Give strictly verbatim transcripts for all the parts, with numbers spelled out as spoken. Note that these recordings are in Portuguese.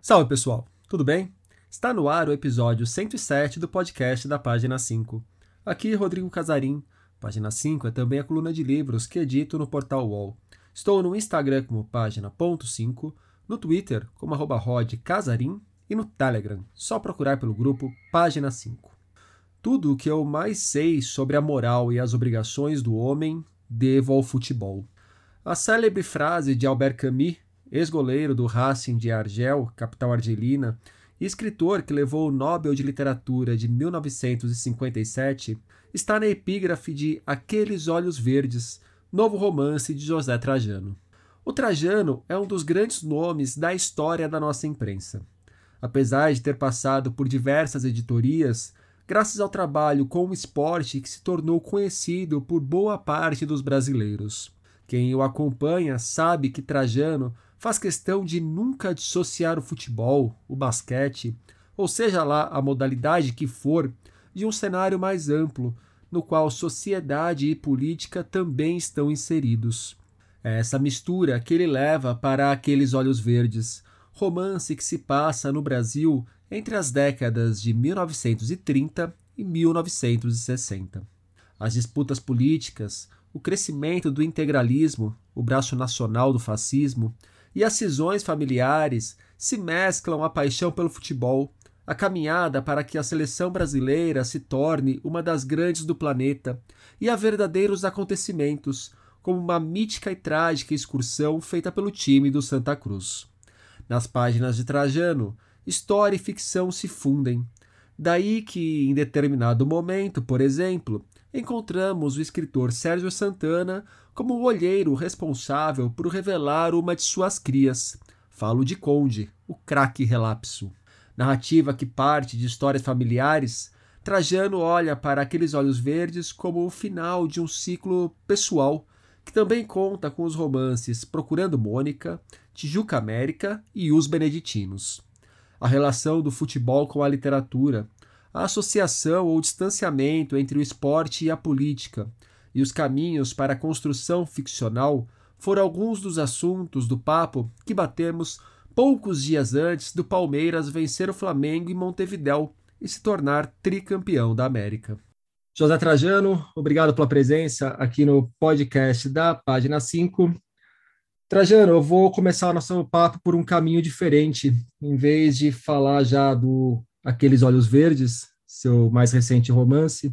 Salve, pessoal! Tudo bem? Está no ar o episódio cento e sete do podcast da Página cinco. Aqui, Rodrigo Casarim. Página cinco é também a coluna de livros que edito no portal U O L. Estou no Instagram como página ponto cinco, no Twitter como arroba rod casarim e no Telegram, só procurar pelo grupo Página cinco. Tudo o que eu mais sei sobre a moral e as obrigações do homem, devo ao futebol. A célebre frase de Albert Camus, ex-goleiro do Racing de Argel, capital argelina, e escritor que levou o Nobel de Literatura de mil novecentos e cinquenta e sete, está na epígrafe de Aqueles Olhos Verdes, novo romance de José Trajano. O Trajano é um dos grandes nomes da história da nossa imprensa. Apesar de ter passado por diversas editorias, graças ao trabalho com o esporte que se tornou conhecido por boa parte dos brasileiros. Quem o acompanha sabe que Trajano faz questão de nunca dissociar o futebol, o basquete, ou seja lá a modalidade que for, de um cenário mais amplo, no qual sociedade e política também estão inseridos. É essa mistura que ele leva para Aqueles Olhos Verdes, romance que se passa no Brasil entre as décadas de mil novecentos e trinta e mil novecentos e sessenta. As disputas políticas, o crescimento do integralismo, o braço nacional do fascismo, e as cisões familiares se mesclam à paixão pelo futebol, a caminhada para que a seleção brasileira se torne uma das grandes do planeta e a verdadeiros acontecimentos, como uma mítica e trágica excursão feita pelo time do Santa Cruz. Nas páginas de Trajano, história e ficção se fundem. Daí que, em determinado momento, por exemplo, encontramos o escritor Sérgio Santana como o olheiro responsável por revelar uma de suas crias. Falo de Conde, o craque relapso. Narrativa que parte de histórias familiares, Trajano olha para Aqueles Olhos Verdes como o final de um ciclo pessoal, que também conta com os romances Procurando Mônica, Tijuca América e Os Beneditinos. A relação do futebol com a literatura, a associação ou distanciamento entre o esporte e a política, e os caminhos para a construção ficcional foram alguns dos assuntos do papo que batemos poucos dias antes do Palmeiras vencer o Flamengo em Montevidéu e se tornar tricampeão da América. José Trajano, obrigado pela presença aqui no podcast da Página cinco. Trajano, eu vou começar o nosso papo por um caminho diferente. Em vez de falar já do Aqueles Olhos Verdes, seu mais recente romance,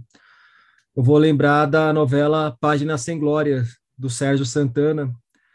eu vou lembrar da novela Página Sem Glória, do Sérgio Santana.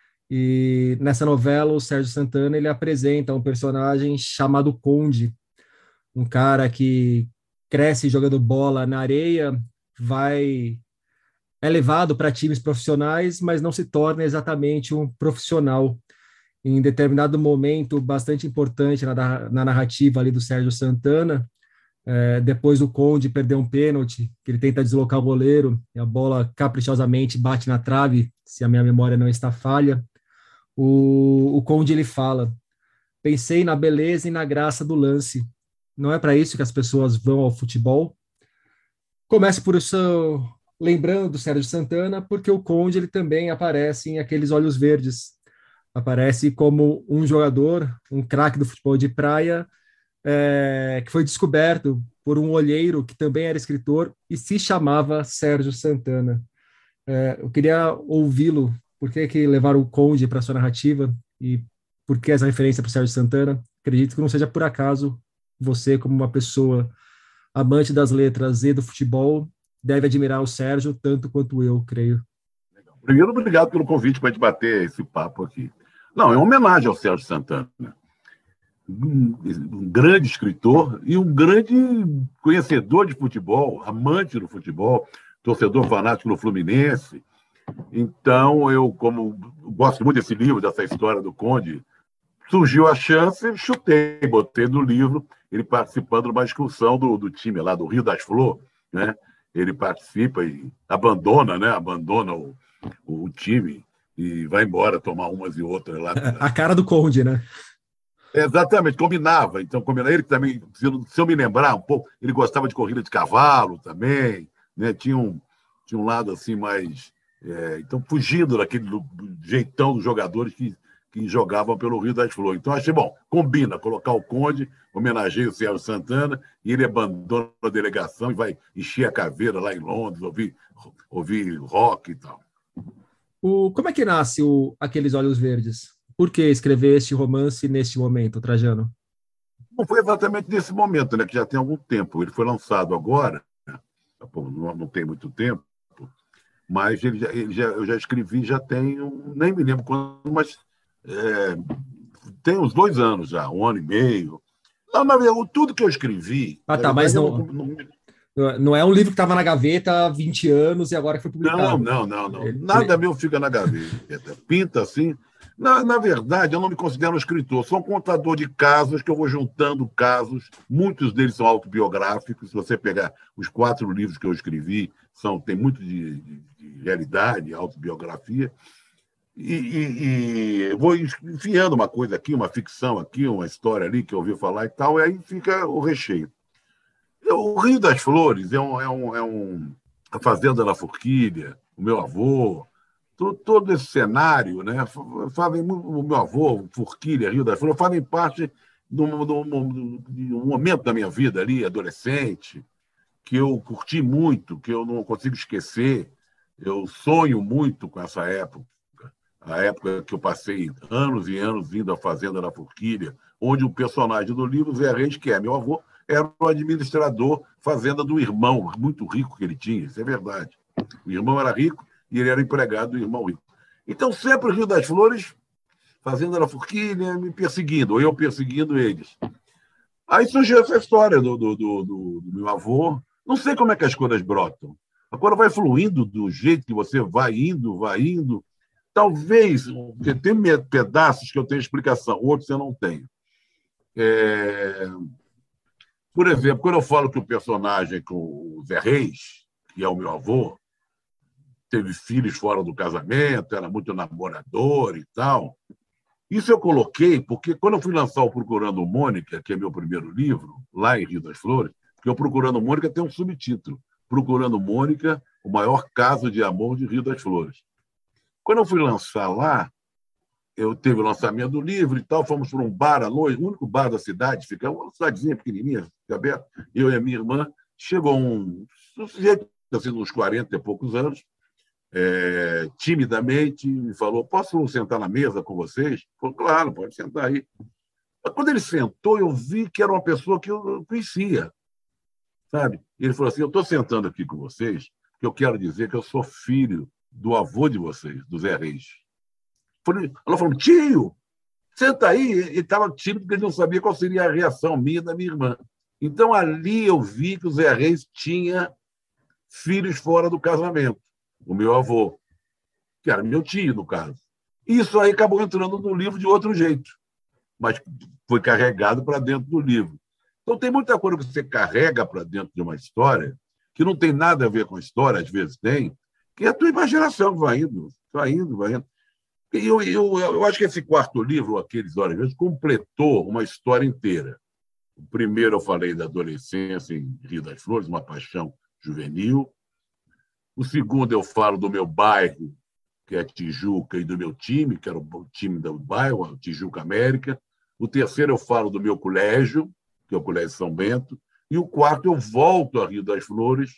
E nessa novela, o Sérgio Santana ele apresenta um personagem chamado Conde, um cara que cresce jogando bola na areia, vai é levado para times profissionais, mas não se torna exatamente um profissional. Em determinado momento bastante importante na, na narrativa ali do Sérgio Santana, é, depois do Conde perder um pênalti, que ele tenta deslocar o goleiro, e a bola caprichosamente bate na trave, se a minha memória não está falha, o, o Conde ele fala: pensei na beleza e na graça do lance. Não é para isso que as pessoas vão ao futebol? Comece por isso, lembrando do Sérgio Santana, porque o Conde ele também aparece em Aqueles Olhos Verdes. Aparece como um jogador, um craque do futebol de praia, é, que foi descoberto por um olheiro que também era escritor e se chamava Sérgio Santana. É, eu queria ouvi-lo. Por que, que levaram o Conde para sua narrativa e por que essa referência para o Sérgio Santana? Acredito que não seja por acaso você, como uma pessoa amante das letras e do futebol, deve admirar o Sérgio tanto quanto eu, creio. Primeiro, obrigado pelo convite para a gente bater esse papo aqui. Não, é uma homenagem ao Sérgio Santana, um, um grande escritor e um grande conhecedor de futebol, amante do futebol, torcedor fanático do Fluminense. Então, eu, como gosto muito desse livro, dessa história do Conde, surgiu a chance, chutei, botei no livro, ele participando de uma excursão do, do time lá do Rio das Flores, né? Ele participa e abandona, né? Abandona o, o time e vai embora tomar umas e outras lá. A cara do Conde, né? Exatamente, combinava. Então, combinava. Ele também, se eu me lembrar um pouco, ele gostava de corrida de cavalo também, né? Tinha um, tinha um lado assim mais... É, então, fugindo daquele jeitão dos jogadores que, que jogavam pelo Rio das Flores. Então, achei, bom, combina, colocar o Conde, homenageia o Sérgio Santana, e ele abandona a delegação e vai encher a caveira lá em Londres, ouvir, ouvir rock e tal. O, como é que nasce o Aqueles Olhos Verdes? Por que escrever este romance neste momento, Trajano? Não foi exatamente nesse momento, né, que já tem algum tempo. Ele foi lançado agora, não, não tem muito tempo, mas ele já, ele já, eu já escrevi, já tenho, nem me lembro quando, mas é, tem uns dois anos já, um ano e meio. Não, na verdade, tudo que eu escrevi... Ah, tá, mas não, não, não... não é um livro que estava na gaveta há vinte anos e agora foi publicado. Não, não, não. não. Ele, Nada ele... meu fica na gaveta. Pinta assim. Na, na verdade, eu não me considero um escritor, sou um contador de casos que eu vou juntando casos, muitos deles são autobiográficos. Se você pegar os quatro livros que eu escrevi, são, tem muito de, de, de realidade, autobiografia, e, e, e vou enfiando uma coisa aqui, uma ficção aqui, uma história ali que eu ouvi falar e tal, e aí fica o recheio. O Rio das Flores é, um, é, um, é um, a Fazenda da Forquilha, o meu avô, todo esse cenário, né, fazem, o meu avô, Forquilha, Rio das Flores, fazem parte de um, de, um, de um momento da minha vida ali, adolescente, que eu curti muito, que eu não consigo esquecer. Eu sonho muito com essa época, a época que eu passei anos e anos indo à Fazenda da Forquilha, onde o personagem do livro, Zé Reis, que é meu avô, era o administrador fazenda do irmão, muito rico que ele tinha, isso é verdade. O irmão era rico, e ele era empregado do irmão rico. Então, sempre o Rio das Flores, Fazenda da Forquilha, me perseguindo, ou eu perseguindo eles. Aí surgiu essa história do, do, do, do, do meu avô. Não sei como é que as coisas brotam. A coisa vai fluindo do jeito que você vai indo, vai indo. Talvez, porque tem pedaços que eu tenho explicação, outros eu não tenho. É... Por exemplo, quando eu falo que o personagem com o Zé Reis, que é o meu avô, teve filhos fora do casamento, era muito namorador e tal. Isso eu coloquei porque, quando eu fui lançar o Procurando Mônica, que é meu primeiro livro, lá em Rio das Flores, porque o Procurando Mônica tem um subtítulo, Procurando Mônica, o maior caso de amor de Rio das Flores. Quando eu fui lançar lá, eu teve o lançamento do livro e tal, fomos para um bar à noite, o único bar da cidade, fica uma cidadezinha pequenininha, aberta, eu e a minha irmã, chegou um, um sujeito, assim, uns quarenta e poucos anos, É, timidamente, me falou: posso sentar na mesa com vocês? Falou: claro, pode sentar aí. Mas quando ele sentou, eu vi que era uma pessoa que eu conhecia, sabe? Ele falou assim: eu estou sentando aqui com vocês porque eu quero dizer que eu sou filho do avô de vocês, do Zé Reis. Ela falou: tio, senta aí. Ele estava tímido porque ele não sabia qual seria a reação minha e da minha irmã. Então, ali eu vi que o Zé Reis tinha filhos fora do casamento. O meu avô, que era meu tio, no caso. Isso aí acabou entrando no livro de outro jeito, mas foi carregado para dentro do livro. Então, tem muita coisa que você carrega para dentro de uma história que não tem nada a ver com a história, às vezes tem, que é a tua imaginação que vai indo, vai indo, vai indo. E eu, eu, eu acho que esse quarto livro, Aqueles Olhos Verdes, completou uma história inteira. O primeiro eu falei da adolescência em Rio das Flores, uma paixão juvenil. O segundo eu falo do meu bairro, que é Tijuca, e do meu time, que era o time do bairro, a Tijuca América. O terceiro eu falo do meu colégio, que é o Colégio São Bento. E o quarto eu volto a Rio das Flores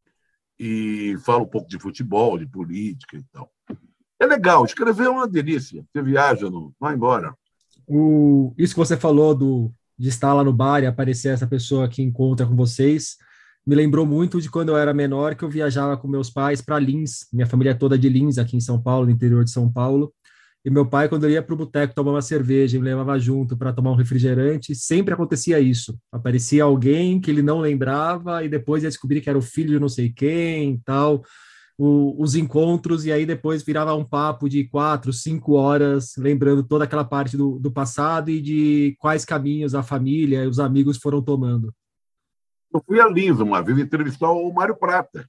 e falo um pouco de futebol, de política e tal. É legal, escrever é uma delícia. Você viaja, não vai embora. O, isso que você falou do, de estar lá no bar e aparecer essa pessoa que encontra com vocês... me lembrou muito de quando eu era menor, que eu viajava com meus pais para Lins, minha família é toda de Lins, aqui em São Paulo, no interior de São Paulo, e meu pai, quando ele ia para o boteco tomar uma cerveja, me levava junto para tomar um refrigerante, sempre acontecia isso, aparecia alguém que ele não lembrava, e depois ia descobrir que era o filho de não sei quem, tal, o, os encontros, e aí depois virava um papo de quatro, cinco horas, lembrando toda aquela parte do, do passado e de quais caminhos a família e os amigos foram tomando. Eu fui a Lins uma vez entrevistar o Mário Prata,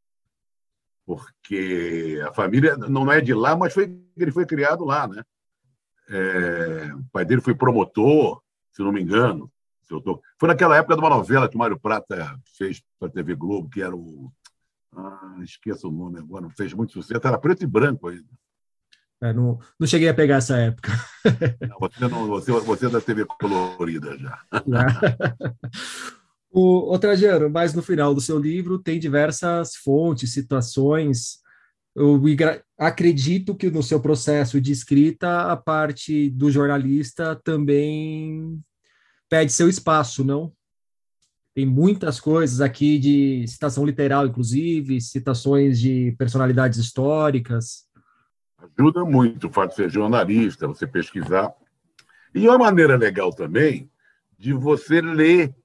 porque a família não é de lá, mas foi, ele foi criado lá, né? É, o pai dele foi promotor, se não me engano. Se eu tô... Foi naquela época de uma novela que o Mário Prata fez para a T V Globo, que era o... Ah, esqueço o nome agora, não fez muito sucesso, era preto e branco ainda. É, não, não cheguei a pegar essa época. Não, você, não, você, você é da T V colorida já. O, o Trajano, mas no final do seu livro tem diversas fontes, situações. Eu igra- acredito que no seu processo de escrita, a parte do jornalista também pede seu espaço, não? Tem muitas coisas aqui de citação literal, inclusive, citações de personalidades históricas. Ajuda muito o fato de ser jornalista, você pesquisar. E uma maneira legal também de você ler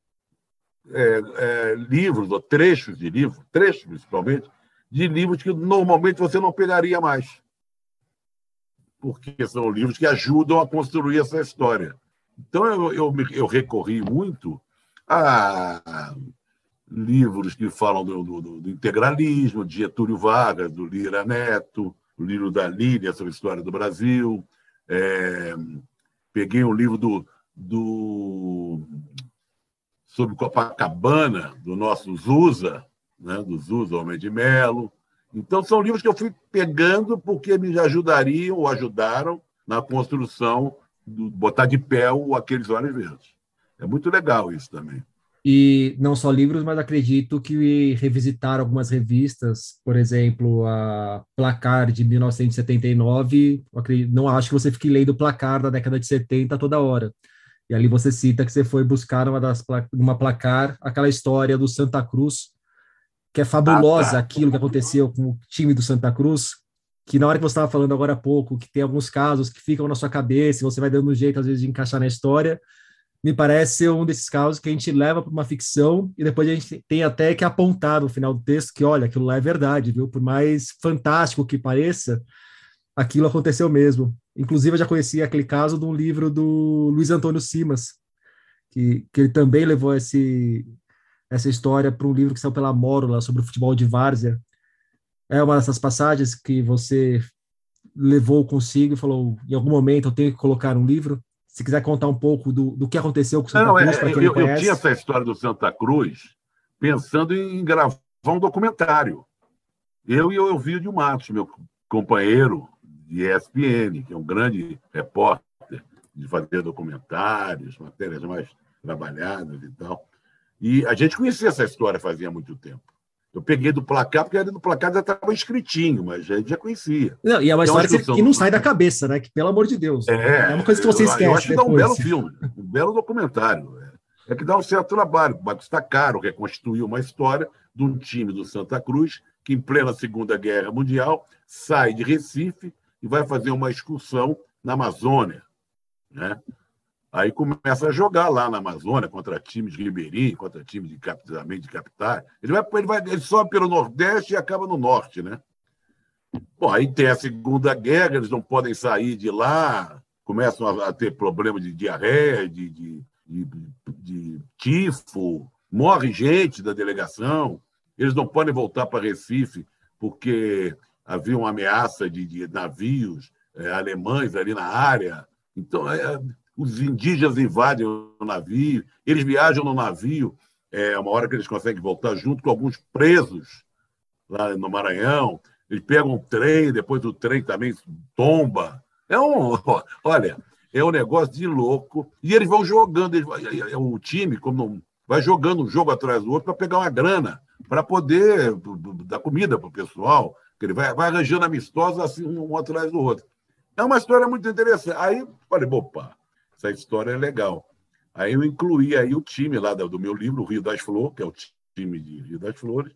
é, é, livros, ou trechos de livros, trechos principalmente, de livros que normalmente você não pegaria mais, porque são livros que ajudam a construir essa história. Então, eu, eu, eu recorri muito a livros que falam do, do, do integralismo, de Getúlio Vargas, do Lira Neto, o livro da Línia sobre a história do Brasil. É, peguei um livro do, do, sobre Copacabana, do nosso Zusa, né, do Zusa Homem de Melo. Então, são livros que eu fui pegando porque me ajudariam ou ajudaram na construção, do botar de pé o Aqueles Olhos Verdes. É muito legal isso também. E não só livros, mas acredito que revisitar algumas revistas, por exemplo, a Placar de mil novecentos e setenta e nove, eu acredito- não acho que você fique lendo Placar da década de setenta toda hora. E ali você cita que você foi buscar uma das pla- uma Placar, aquela história do Santa Cruz, que é Ah, fabulosa tá. aquilo que aconteceu com o time do Santa Cruz, que na hora que você estava falando agora há pouco, que tem alguns casos que ficam na sua cabeça, e você vai dando um jeito às vezes de encaixar na história, me parece ser um desses casos que a gente leva para uma ficção e depois a gente tem até que apontar no final do texto que, olha, aquilo lá é verdade, viu? Por mais fantástico que pareça, aquilo aconteceu mesmo. Inclusive, eu já conhecia aquele caso de um livro do Luiz Antônio Simas, que, que ele também levou esse, essa história para um livro que saiu pela Mórula sobre o futebol de várzea. É uma dessas passagens que você levou consigo e falou, em algum momento eu tenho que colocar um livro. Se quiser contar um pouco do, do que aconteceu com Santa Não, Cruz, é, para quem não eu, eu tinha conhece. essa história do Santa Cruz pensando em gravar um documentário. Eu e o Elvídio Matos, meu companheiro de E S P N, que é um grande repórter de fazer documentários, matérias mais trabalhadas e tal. E a gente conhecia essa história fazia muito tempo. Eu peguei do Placar, porque ali no Placar já estava escritinho, mas a gente já conhecia. Não, e é uma Então, a história que, você- excursão que do não sai da Santa cabeça, né? Que, pelo amor de Deus, não é uma É, coisa que você eu, eu esquece acho que dá um belo depois. filme, um belo documentário. É, é que dá um certo trabalho, vai custar caro reconstruir uma história de um time do Santa Cruz que, em plena Segunda Guerra Mundial, sai de Recife e vai fazer uma excursão na Amazônia, né? Aí começa a jogar lá na Amazônia contra times de Ribeirinho, contra times de captamento de capitais. Ele vai, ele vai, ele sobe pelo Nordeste e acaba no Norte, né? Bom, aí tem a Segunda Guerra, eles não podem sair de lá, começam a, a ter problema de diarreia, de, de, de, de tifo, morre gente da delegação, eles não podem voltar para Recife porque havia uma ameaça de, de navios é, alemães ali na área. Então, é, os indígenas invadem o navio, eles viajam no navio, é uma hora que eles conseguem voltar junto com alguns presos lá no Maranhão. Eles pegam um trem, depois o trem também tomba. É um, olha, é um negócio de louco. E eles vão jogando, eles, o time, como não, vai jogando um jogo atrás do outro para pegar uma grana, para poder dar comida para o pessoal. Que ele vai, vai arranjando amistosos assim, um, um atrás do outro. É uma história muito interessante. Aí falei, opa, essa história é legal. Aí eu incluí aí o time lá do meu livro, o Rio das Flores, que é o time de Rio das Flores.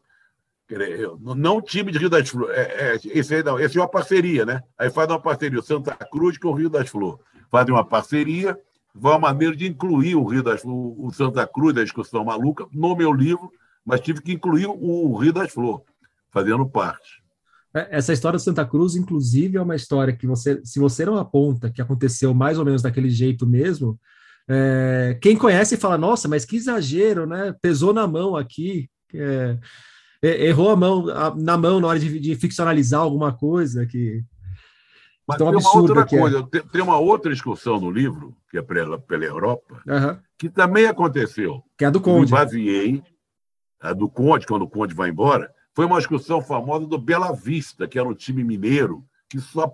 Não o time de Rio das Flores. É, é, esse, aí não, esse é uma parceria, né? Aí faz uma parceria, o Santa Cruz com o Rio das Flores. Fazem uma parceria, vai uma maneira de incluir o Rio das Flores, o Santa Cruz, da Excursão Maluca, no meu livro, mas tive que incluir o Rio das Flores, fazendo parte. É, essa história do Santa Cruz, inclusive, é uma história que você, se você não aponta que aconteceu mais ou menos daquele jeito mesmo, é, quem conhece fala, nossa, mas que exagero, né? Pesou na mão aqui, é, errou a mão a, na mão na hora de, de ficcionalizar alguma coisa, que, que Mas tão tem uma absurda outra que é. coisa, tem uma outra excursão no livro, que é pela, pela Europa, Uhum. que também aconteceu. Que é a do Eu me Conde. baseei, a do Conde, quando o Conde vai embora, foi uma excursão famosa do Bela Vista, que era um time mineiro, que só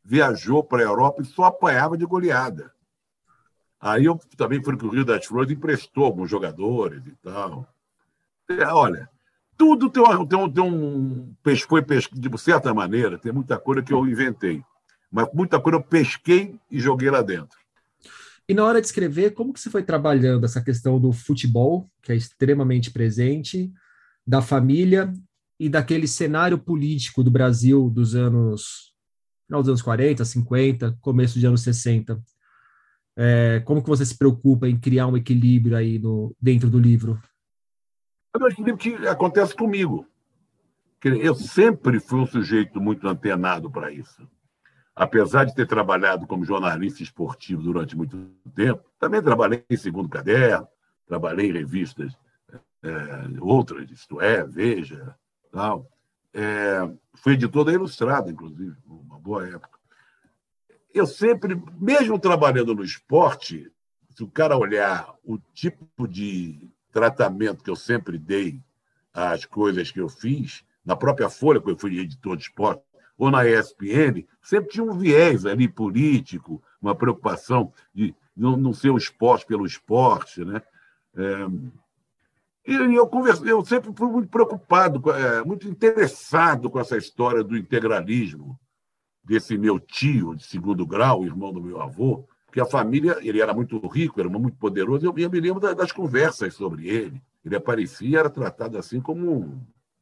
viajou para a Europa e só apanhava de goleada. Aí eu também fui para o Rio das Flores e emprestou alguns jogadores e tal. É, olha, tudo tem, uma, tem um, tem um foi pesquisa, de certa maneira, tem muita coisa que eu inventei, mas muita coisa eu pesquei e joguei lá dentro. E na hora de escrever, como que você foi trabalhando essa questão do futebol, que é extremamente presente, da família e daquele cenário político do Brasil dos anos, final dos anos quarenta, cinquenta, começo de anos sessenta? É, como que você se preocupa em criar um equilíbrio aí no, dentro do livro? É um equilíbrio que acontece comigo. Eu sempre fui um sujeito muito antenado para isso. Apesar de ter trabalhado como jornalista esportivo durante muito tempo, também trabalhei em Segundo Caderno, trabalhei em revistas é, outras, isto é, Veja, tal. É, fui editor da Ilustrada, inclusive, uma boa época. Eu sempre, mesmo trabalhando no esporte, se o cara olhar o tipo de tratamento que eu sempre dei às coisas que eu fiz, na própria Folha, quando eu fui editor de esporte, ou na E S P N, sempre tinha um viés ali político, uma preocupação de não ser o esporte pelo esporte, né? É, e eu, conversei, eu sempre fui muito preocupado, muito interessado com essa história do integralismo, desse meu tio de segundo grau, irmão do meu avô, que a família, ele era muito rico, era muito poderoso, e eu, eu me lembro das conversas sobre ele. Ele aparecia, era tratado assim como um,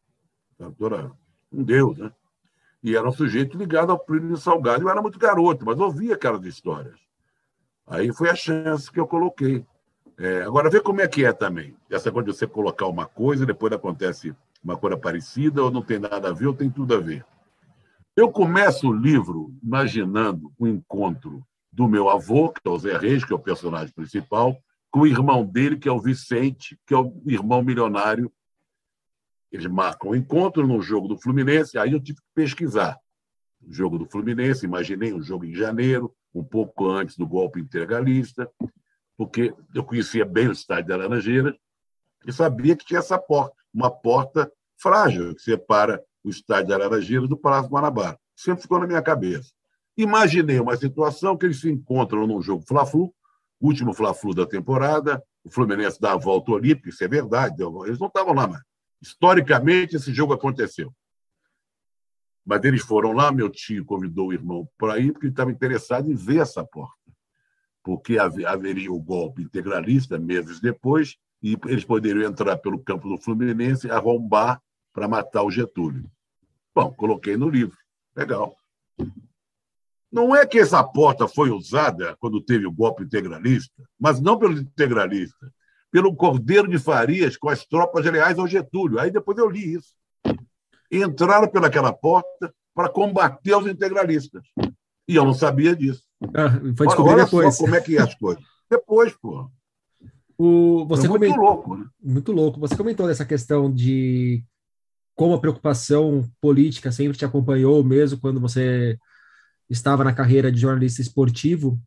um deus, né? E era um sujeito ligado ao Plínio Salgado. Eu era muito garoto, mas ouvia aquelas histórias. Aí foi a chance que eu coloquei. É, agora, vê como é que é também. Essa coisa de você colocar uma coisa e depois acontece uma coisa parecida, ou não tem nada a ver, ou tem tudo a ver. Eu começo o livro imaginando o encontro do meu avô, que é o Zé Reis, que é o personagem principal, com o irmão dele, que é o Vicente, que é o irmão milionário. Eles marcam o encontro no jogo do Fluminense, aí eu tive que pesquisar o jogo do Fluminense, imaginei um jogo em janeiro, um pouco antes do golpe integralista, porque eu conhecia bem o estádio da Laranjeiras e sabia que tinha essa porta, uma porta frágil que separa o estádio da Laranjeiras do Palácio Guanabara. Sempre ficou na minha cabeça. Imaginei uma situação que eles se encontram num jogo Fla-Flu, último Fla-Flu da temporada, o Fluminense dá a volta olímpica, isso é verdade, eles não estavam lá mais. Historicamente, esse jogo aconteceu. Mas eles foram lá, meu tio convidou o irmão para ir, porque ele estava interessado em ver essa porta. Porque haveria o golpe integralista meses depois, e eles poderiam entrar pelo campo do Fluminense e arrombar para matar o Getúlio. Bom, coloquei no livro. Legal. Não é que essa porta foi usada quando teve o golpe integralista, mas não pelo integralista, pelo Cordeiro de Farias com as tropas leais ao Getúlio. Aí depois eu li isso. Entraram pelaquela porta para combater os integralistas. E eu não sabia disso. Ah, foi descobrir olha depois. Só como é que é as coisas. Depois, pô. O, você muito comentou, louco, né? Muito louco. Você comentou dessa questão de como a preocupação política sempre te acompanhou, mesmo quando você estava na carreira de jornalista esportivo.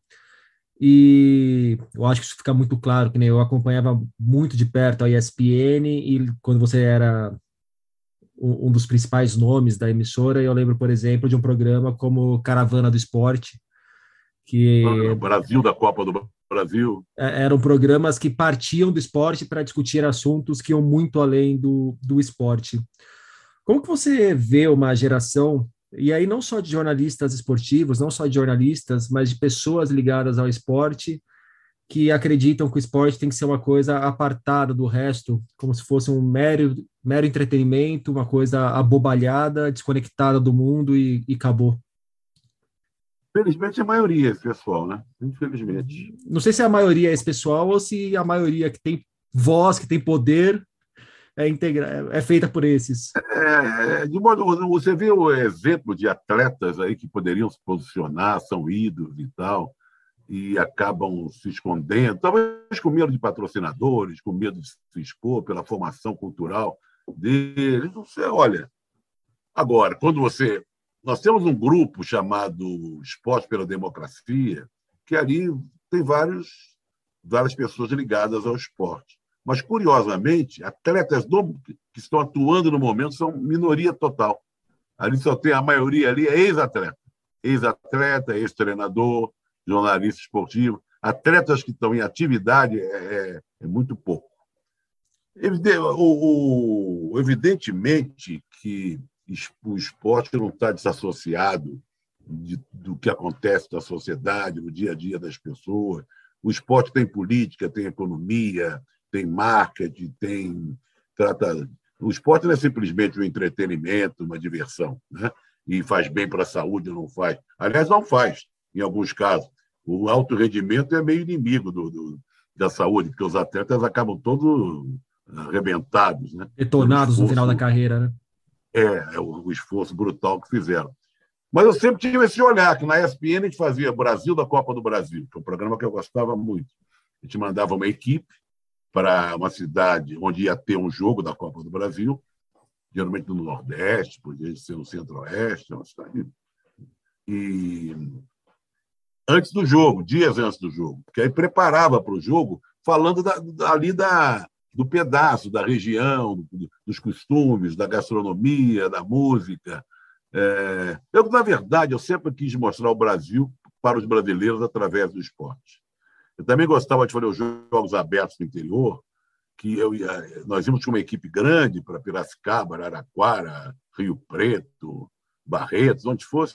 E eu acho que isso fica muito claro, que nem eu acompanhava muito de perto a E S P N, e quando você era um, um dos principais nomes da emissora, eu lembro, por exemplo, de um programa como Caravana do Esporte, que O Brasil da Copa do Brasil. eram programas que partiam do esporte para discutir assuntos que iam muito além do, do esporte. Como que você vê uma geração, e aí não só de jornalistas esportivos, não só de jornalistas, mas de pessoas ligadas ao esporte, que acreditam que o esporte tem que ser uma coisa apartada do resto, como se fosse um mero, mero entretenimento, uma coisa abobalhada, desconectada do mundo e, e acabou? Infelizmente, a maioria, esse pessoal, né? Infelizmente. Não sei se a maioria é esse pessoal ou se a maioria que tem voz, que tem poder, é, integra é feita por esses. É, de modo, você vê o exemplo de atletas aí que poderiam se posicionar, são ídolos e tal, e acabam se escondendo, talvez com medo de patrocinadores, com medo de se expor pela formação cultural deles. Não sei, olha. Agora, quando você... Nós temos um grupo chamado Esporte pela Democracia, que ali tem vários, várias pessoas ligadas ao esporte. Mas, curiosamente, atletas do, que estão atuando no momento são minoria total. Ali só tem a maioria ali, é ex-atleta. ex-atleta, ex-treinador, jornalista esportivo. Atletas que estão em atividade é, é, é muito pouco. O, o, evidentemente que o esporte não está desassociado de, do que acontece na sociedade, no dia a dia das pessoas. O esporte tem política, tem economia, tem marketing, tem... Trata... O esporte não é simplesmente um entretenimento, uma diversão, né? E faz bem para a saúde, não faz. Aliás, não faz, em alguns casos. O alto rendimento é meio inimigo do, do, da saúde, porque os atletas acabam todos arrebentados, né? Detonados no final da carreira, né? É, é o, o esforço brutal que fizeram. Mas eu sempre tive esse olhar, que na E S P N a gente fazia Brasil da Copa do Brasil, que é um programa que eu gostava muito. A gente mandava uma equipe para uma cidade onde ia ter um jogo da Copa do Brasil, geralmente no Nordeste, podia ser no Centro-Oeste, uma cidade. E antes do jogo, dias antes do jogo, porque aí preparava para o jogo, falando da, ali da, do pedaço, da região, dos costumes, da gastronomia, da música. É, eu, na verdade, eu sempre quis mostrar o Brasil para os brasileiros através do esporte. Eu também gostava de fazer os jogos abertos no interior, que eu ia, nós íamos com uma equipe grande para Piracicaba, Araraquara, Rio Preto, Barretos, onde fosse,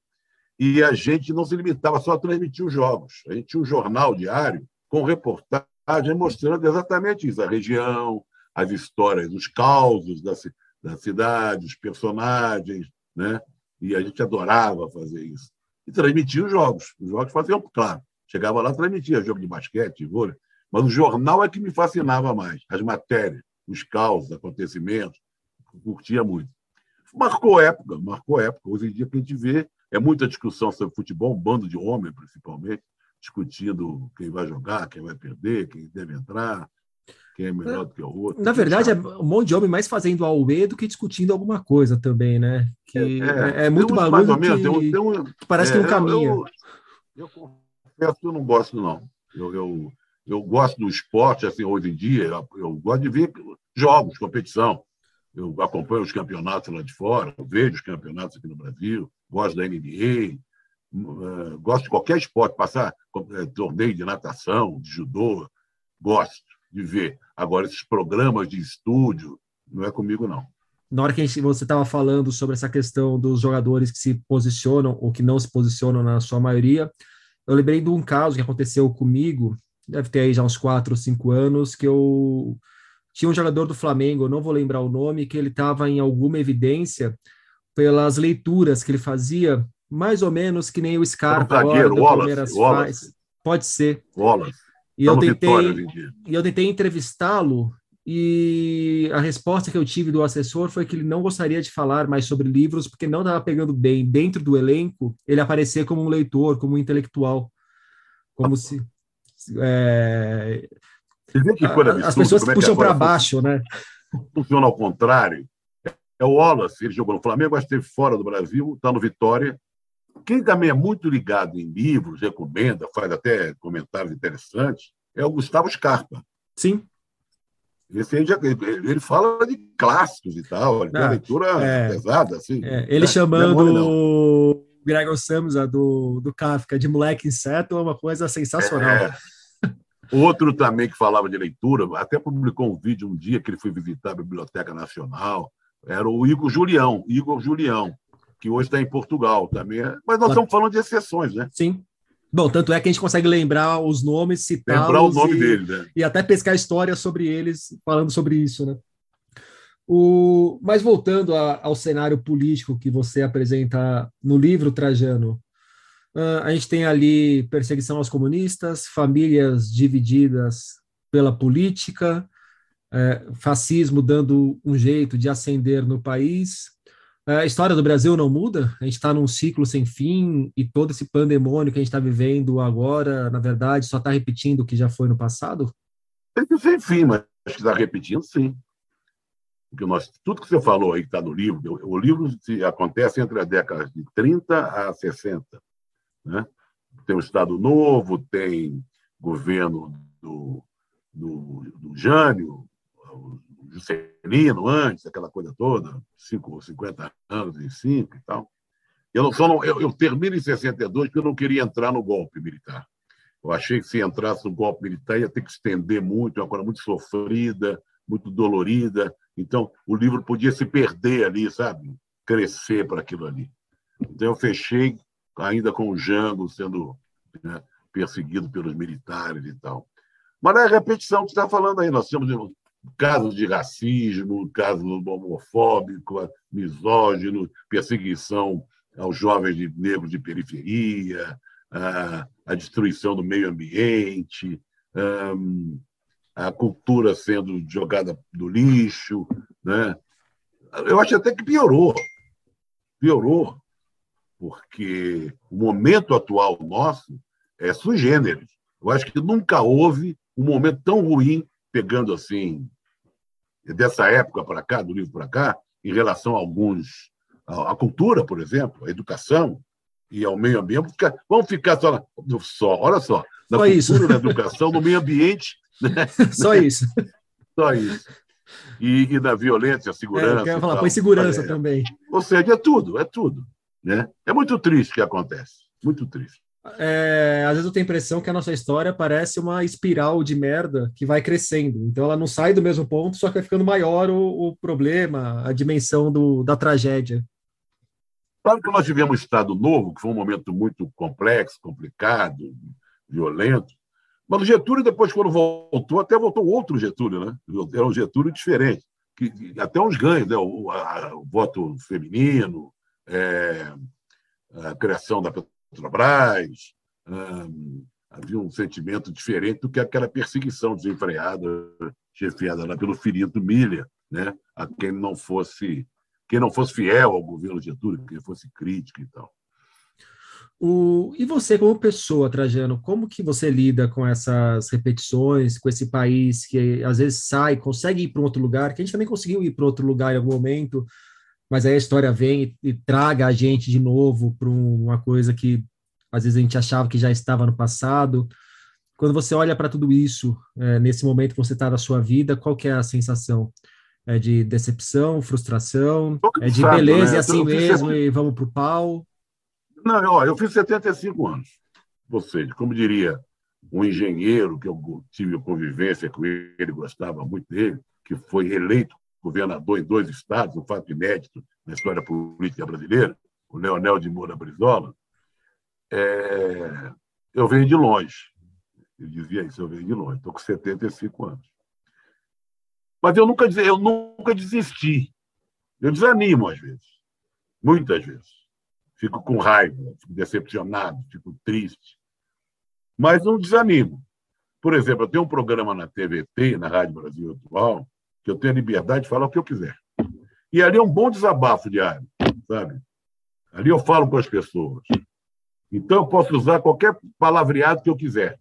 e a gente não se limitava só a transmitir os jogos. A gente tinha um jornal diário com reportagem mostrando exatamente isso, a região, as histórias, os causos da, da cidade, os personagens, né? E a gente adorava fazer isso. E transmitia os jogos. Os jogos faziam, claro, chegava lá, transmitia jogo de basquete, vôlei, mas o jornal é que me fascinava mais. As matérias, os causos, acontecimentos, curtia muito. Marcou época, marcou época. Hoje em dia, o que a gente vê é muita discussão sobre futebol, um bando de homens, principalmente, discutindo quem vai jogar, quem vai perder, quem deve entrar, quem é melhor do que o outro. Na verdade, é um monte de homem mais fazendo auê do que discutindo alguma coisa também, né? Que é, é, é muito barulho mais ou menos, que, tem um, tem um, que parece é, que não caminha. Eu, eu, eu confesso que eu não gosto, não. Eu, eu, eu gosto do esporte, assim, hoje em dia, eu, eu gosto de ver jogos, competição. Eu acompanho os campeonatos lá de fora, eu vejo os campeonatos aqui no Brasil, gosto da N B A, uh, gosto de qualquer esporte, passar uh, torneio de natação, de judô, gosto de ver. Agora, esses programas de estúdio, não é comigo, não. Na hora que a gente, você estava falando sobre essa questão dos jogadores que se posicionam ou que não se posicionam na sua maioria, eu lembrei de um caso que aconteceu comigo, deve ter aí já uns quatro ou cinco anos, que eu tinha um jogador do Flamengo, eu não vou lembrar o nome, que ele estava em alguma evidência pelas leituras que ele fazia, mais ou menos que nem o Scarpa um agora do Wallace, Palmeiras Wallace. faz. Pode ser. Wallace. E eu tentei, e eu tentei entrevistá-lo, e a resposta que eu tive do assessor foi que ele não gostaria de falar mais sobre livros, porque não estava pegando bem, dentro do elenco, ele aparecer como um leitor, como um intelectual, como se... É, que absurdo, as pessoas é puxam para baixo, né? Funciona ao contrário. É o Wallace, ele jogou no Flamengo, mas esteve fora do Brasil, está no Vitória. Quem também é muito ligado em livros, recomenda, faz até comentários interessantes, é o Gustavo Scarpa. Sim. Esse aí já, ele fala de clássicos e tal, ele ah, tem uma leitura é, pesada. Assim, é, ele né? chamando o Gregor Samsa do, do Kafka de moleque inseto é uma coisa sensacional. É. Outro também que falava de leitura, até publicou um vídeo um dia que ele foi visitar a Biblioteca Nacional, era o Igor Julião, Igor Julião, que hoje está em Portugal também. Mas nós Mas... estamos falando de exceções, né? Sim. Bom, tanto é que a gente consegue lembrar os nomes, citá-los lembrar o nome e, dele, né? E até pescar histórias sobre eles, falando sobre isso, né? O... Mas voltando a, ao cenário político que você apresenta no livro, Trajano, uh, a gente tem ali perseguição aos comunistas, famílias divididas pela política, uh, fascismo dando um jeito de ascender no país. A história do Brasil não muda, a gente está num ciclo sem fim e todo esse pandemônio que a gente está vivendo agora, na verdade, só está repetindo o que já foi no passado? Sem fim, mas acho que está repetindo, sim. Porque nós, tudo que você falou aí que está no livro, o livro acontece entre as décadas de trinta a sessenta. Né? Tem o Estado Novo, tem governo do, do, do Jânio, Juscelino antes, aquela coisa toda, cinquenta anos em cinco e tal. Eu, não, só não, eu, eu termino em sessenta e dois porque eu não queria entrar no golpe militar. Eu achei que se entrasse no golpe militar ia ter que estender muito, é uma coisa muito sofrida, muito dolorida. Então, o livro podia se perder ali, sabe? Crescer para aquilo ali. Então, eu fechei ainda com o Jango sendo, né, perseguido pelos militares e tal. Mas é a repetição que você está falando aí. Nós temos casos de racismo, casos homofóbico, misógino, perseguição aos jovens de, negros de periferia, a, a destruição do meio ambiente, um, a cultura sendo jogada no lixo, né? Eu acho até que piorou. Piorou, porque o momento atual nosso é sui generis. Eu acho que nunca houve um momento tão ruim, pegando assim, dessa época para cá, do livro para cá, em relação a alguns, a, a cultura, por exemplo, a educação e ao meio ambiente. Vamos ficar, vamos ficar só, na, só, olha só, na só cultura, isso. Na educação, no meio ambiente. Né? Só isso. Só isso. E, e na violência, segurança. É, eu quero falar, tal. põe segurança é, também. Ou seja, é tudo, é tudo. Né? É muito triste o que acontece. Muito triste. É, às vezes eu tenho a impressão que a nossa história parece uma espiral de merda que vai crescendo. Então ela não sai do mesmo ponto, só que vai ficando maior o, o problema, a dimensão do, da tragédia. Claro que nós tivemos um Estado Novo, que foi um momento muito complexo, complicado, violento. Mas o Getúlio, depois, quando voltou, até voltou outro Getúlio, né? Era um Getúlio diferente, que, até uns ganhos, né? o, a, o voto feminino, é, a criação da Petrobras, hum, havia um sentimento diferente do que aquela perseguição desenfreada, chefiada lá pelo Firito Milha, né? A quem não fosse, quem não fosse fiel ao governo Getúlio, quem fosse crítico e tal. O, e você, como pessoa, Trajano, como que você lida com essas repetições, com esse país que às vezes sai, consegue ir para um outro lugar, que a gente também conseguiu ir para outro lugar em algum momento, mas aí a história vem e, e traga a gente de novo para uma coisa que às vezes a gente achava que já estava no passado. Quando você olha para tudo isso, é, nesse momento que você está na sua vida, qual que é a sensação? É de decepção, frustração? É de beleza, né? e assim Eu mesmo, fiz... e vamos pro pau? Não, ó, eu fiz setenta e cinco anos. Ou seja, como diria um engenheiro que eu tive convivência com ele, ele gostava muito dele, que foi eleito governador em dois estados, um fato inédito na história política brasileira, o Leonel de Moura Brizola, é... eu venho de longe. Ele dizia isso, eu venho de longe. Estou com setenta e cinco anos. Mas eu nunca, eu nunca desisti. Eu desanimo, às vezes. Muitas vezes. Fico com raiva, fico decepcionado, fico triste. Mas não desanimo. Por exemplo, eu tenho um programa na T V T, na Rádio Brasil Atual, que eu tenho a liberdade de falar o que eu quiser. E ali é um bom desabafo diário, sabe? Ali eu falo com as pessoas. Então, eu posso usar qualquer palavreado que eu quiser.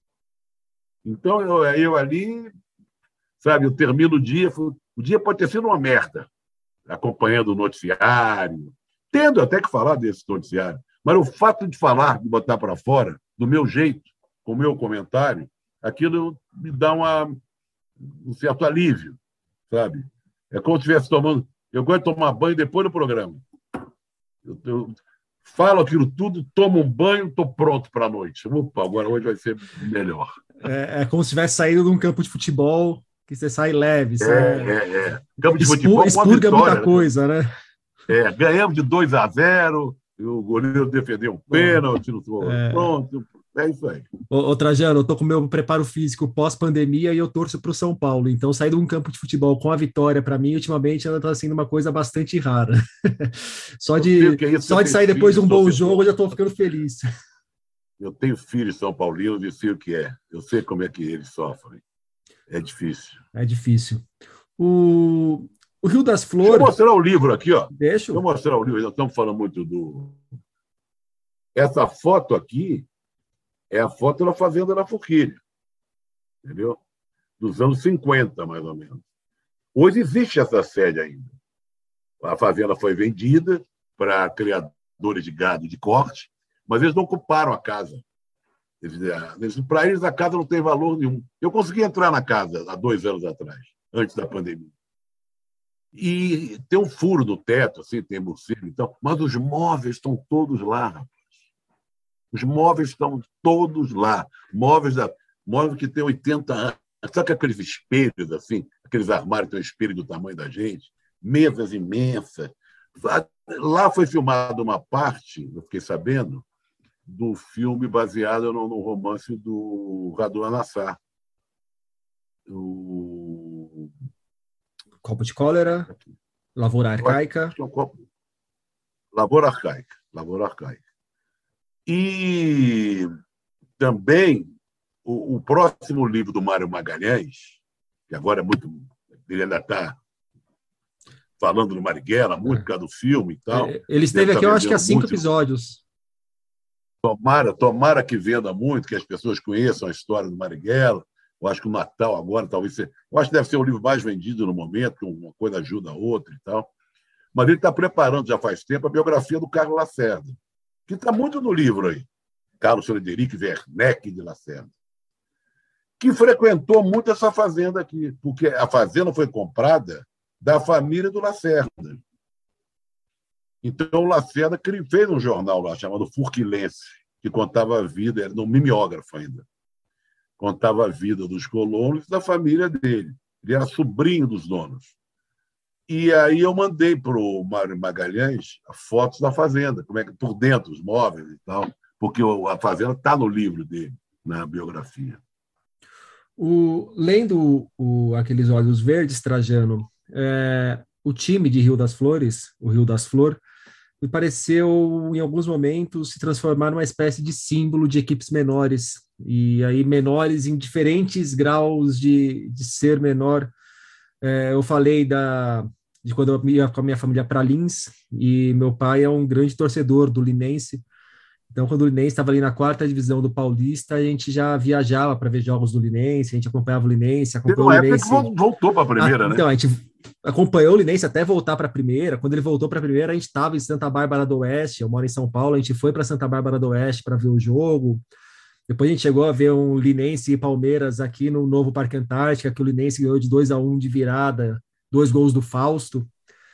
Então, eu, eu ali, sabe, eu termino o dia, o dia pode ter sido uma merda, acompanhando o noticiário, tendo até que falar desse noticiário, mas o fato de falar, de botar para fora, do meu jeito, com o meu comentário, aquilo me dá uma, um certo alívio, sabe? É como se estivesse tomando... Eu gosto de tomar banho depois do programa. Eu, eu falo aquilo tudo, tomo um banho, estou pronto para a noite. Opa, agora hoje vai ser melhor. É, é como se tivesse saído de um campo de futebol, que você sai leve. Você... É, é, é. Campo de futebol, expurga uma vitória, muita coisa, né? É, ganhamos de dois a zero, o goleiro defendeu um pênalti, é... pronto, é isso aí. Ô, ô Trajano, eu tô com o meu preparo físico pós-pandemia e eu torço para o São Paulo, então sair de um campo de futebol com a vitória, para mim, ultimamente, ela está sendo uma coisa bastante rara. Só de, é só de sair depois de um bom jogo, eu já estou ficando feliz. Eu tenho filhos São Paulinos e sei o que é. Eu sei como é que eles sofrem. É difícil. É difícil. O, o Rio das Flores... Deixa eu mostrar o livro aqui, ó. Deixa. Deixa eu mostrar o livro. Nós estamos falando muito do... Essa foto aqui é a foto da Fazenda da Forquilha. Entendeu? Dos anos cinquenta, mais ou menos. Hoje existe essa sede ainda. A fazenda foi vendida para criadores de gado de corte, mas eles não ocuparam a casa. Para eles, a casa não tem valor nenhum. Eu consegui entrar na casa há dois anos atrás, antes da pandemia. E tem um furo no teto, assim, tem morcego, então, mas os móveis estão todos lá, rapaz. Os móveis estão todos lá. Móveis, da, móveis que têm oitenta anos. Sabe aqueles espelhos, assim, aqueles armários que têm um espelho do tamanho da gente? Mesas imensas. Lá foi filmada uma parte, eu fiquei sabendo, do filme baseado no, no romance do Radu Nassar. O... Copo de Cólera, Lavoura Arcaica. É um copo... Lavoura Arcaica. Lavoura Arcaica. E também o, o próximo livro do Mário Magalhães, que agora é muito. Ele ainda está falando do Marighella, muito é. por causa do filme e tal. Ele esteve aqui, eu acho que há cinco muito. episódios. Tomara, tomara que venda muito, que as pessoas conheçam a história do Marighella. Eu acho que o Natal agora talvez seja. Eu acho que deve ser o livro mais vendido no momento, que uma coisa ajuda a outra e tal. Mas ele está preparando já faz tempo a biografia do Carlos Lacerda, que está muito no livro aí. Carlos Frederic Werneck de Lacerda, que frequentou muito essa fazenda aqui, porque a fazenda foi comprada da família do Lacerda. Então, o Lacerda fez um jornal lá chamado Furquilense, que contava a vida, era no mimeógrafo ainda, contava a vida dos colonos e da família dele. Ele era sobrinho dos donos. E aí eu mandei para o Mário Magalhães fotos da fazenda, como é que por dentro, os móveis e tal, porque a fazenda está no livro dele, na biografia. O, lendo o, aqueles Olhos Verdes, Trajano, é, o time de Rio das Flores, o Rio das Flor, me pareceu, em alguns momentos, se transformar numa espécie de símbolo de equipes menores, e aí menores em diferentes graus de, de ser menor. É, eu falei da, de quando eu ia com a minha família para Lins, e meu pai é um grande torcedor do Linense. Então, quando o Linense estava ali na quarta divisão do Paulista, a gente já viajava para ver jogos do Linense, a gente acompanhava o Linense, acompanhou Teve o Linense. Época que voltou para a primeira, ah, né? Então, a gente acompanhou o Linense até voltar para a primeira. Quando ele voltou para a primeira, a gente estava em Santa Bárbara do Oeste, eu moro em São Paulo, a gente foi para Santa Bárbara do Oeste para ver o jogo. Depois a gente chegou a ver um Linense e Palmeiras aqui no novo Parque Antártica, que o Linense ganhou de dois a um de virada, dois gols do Fausto.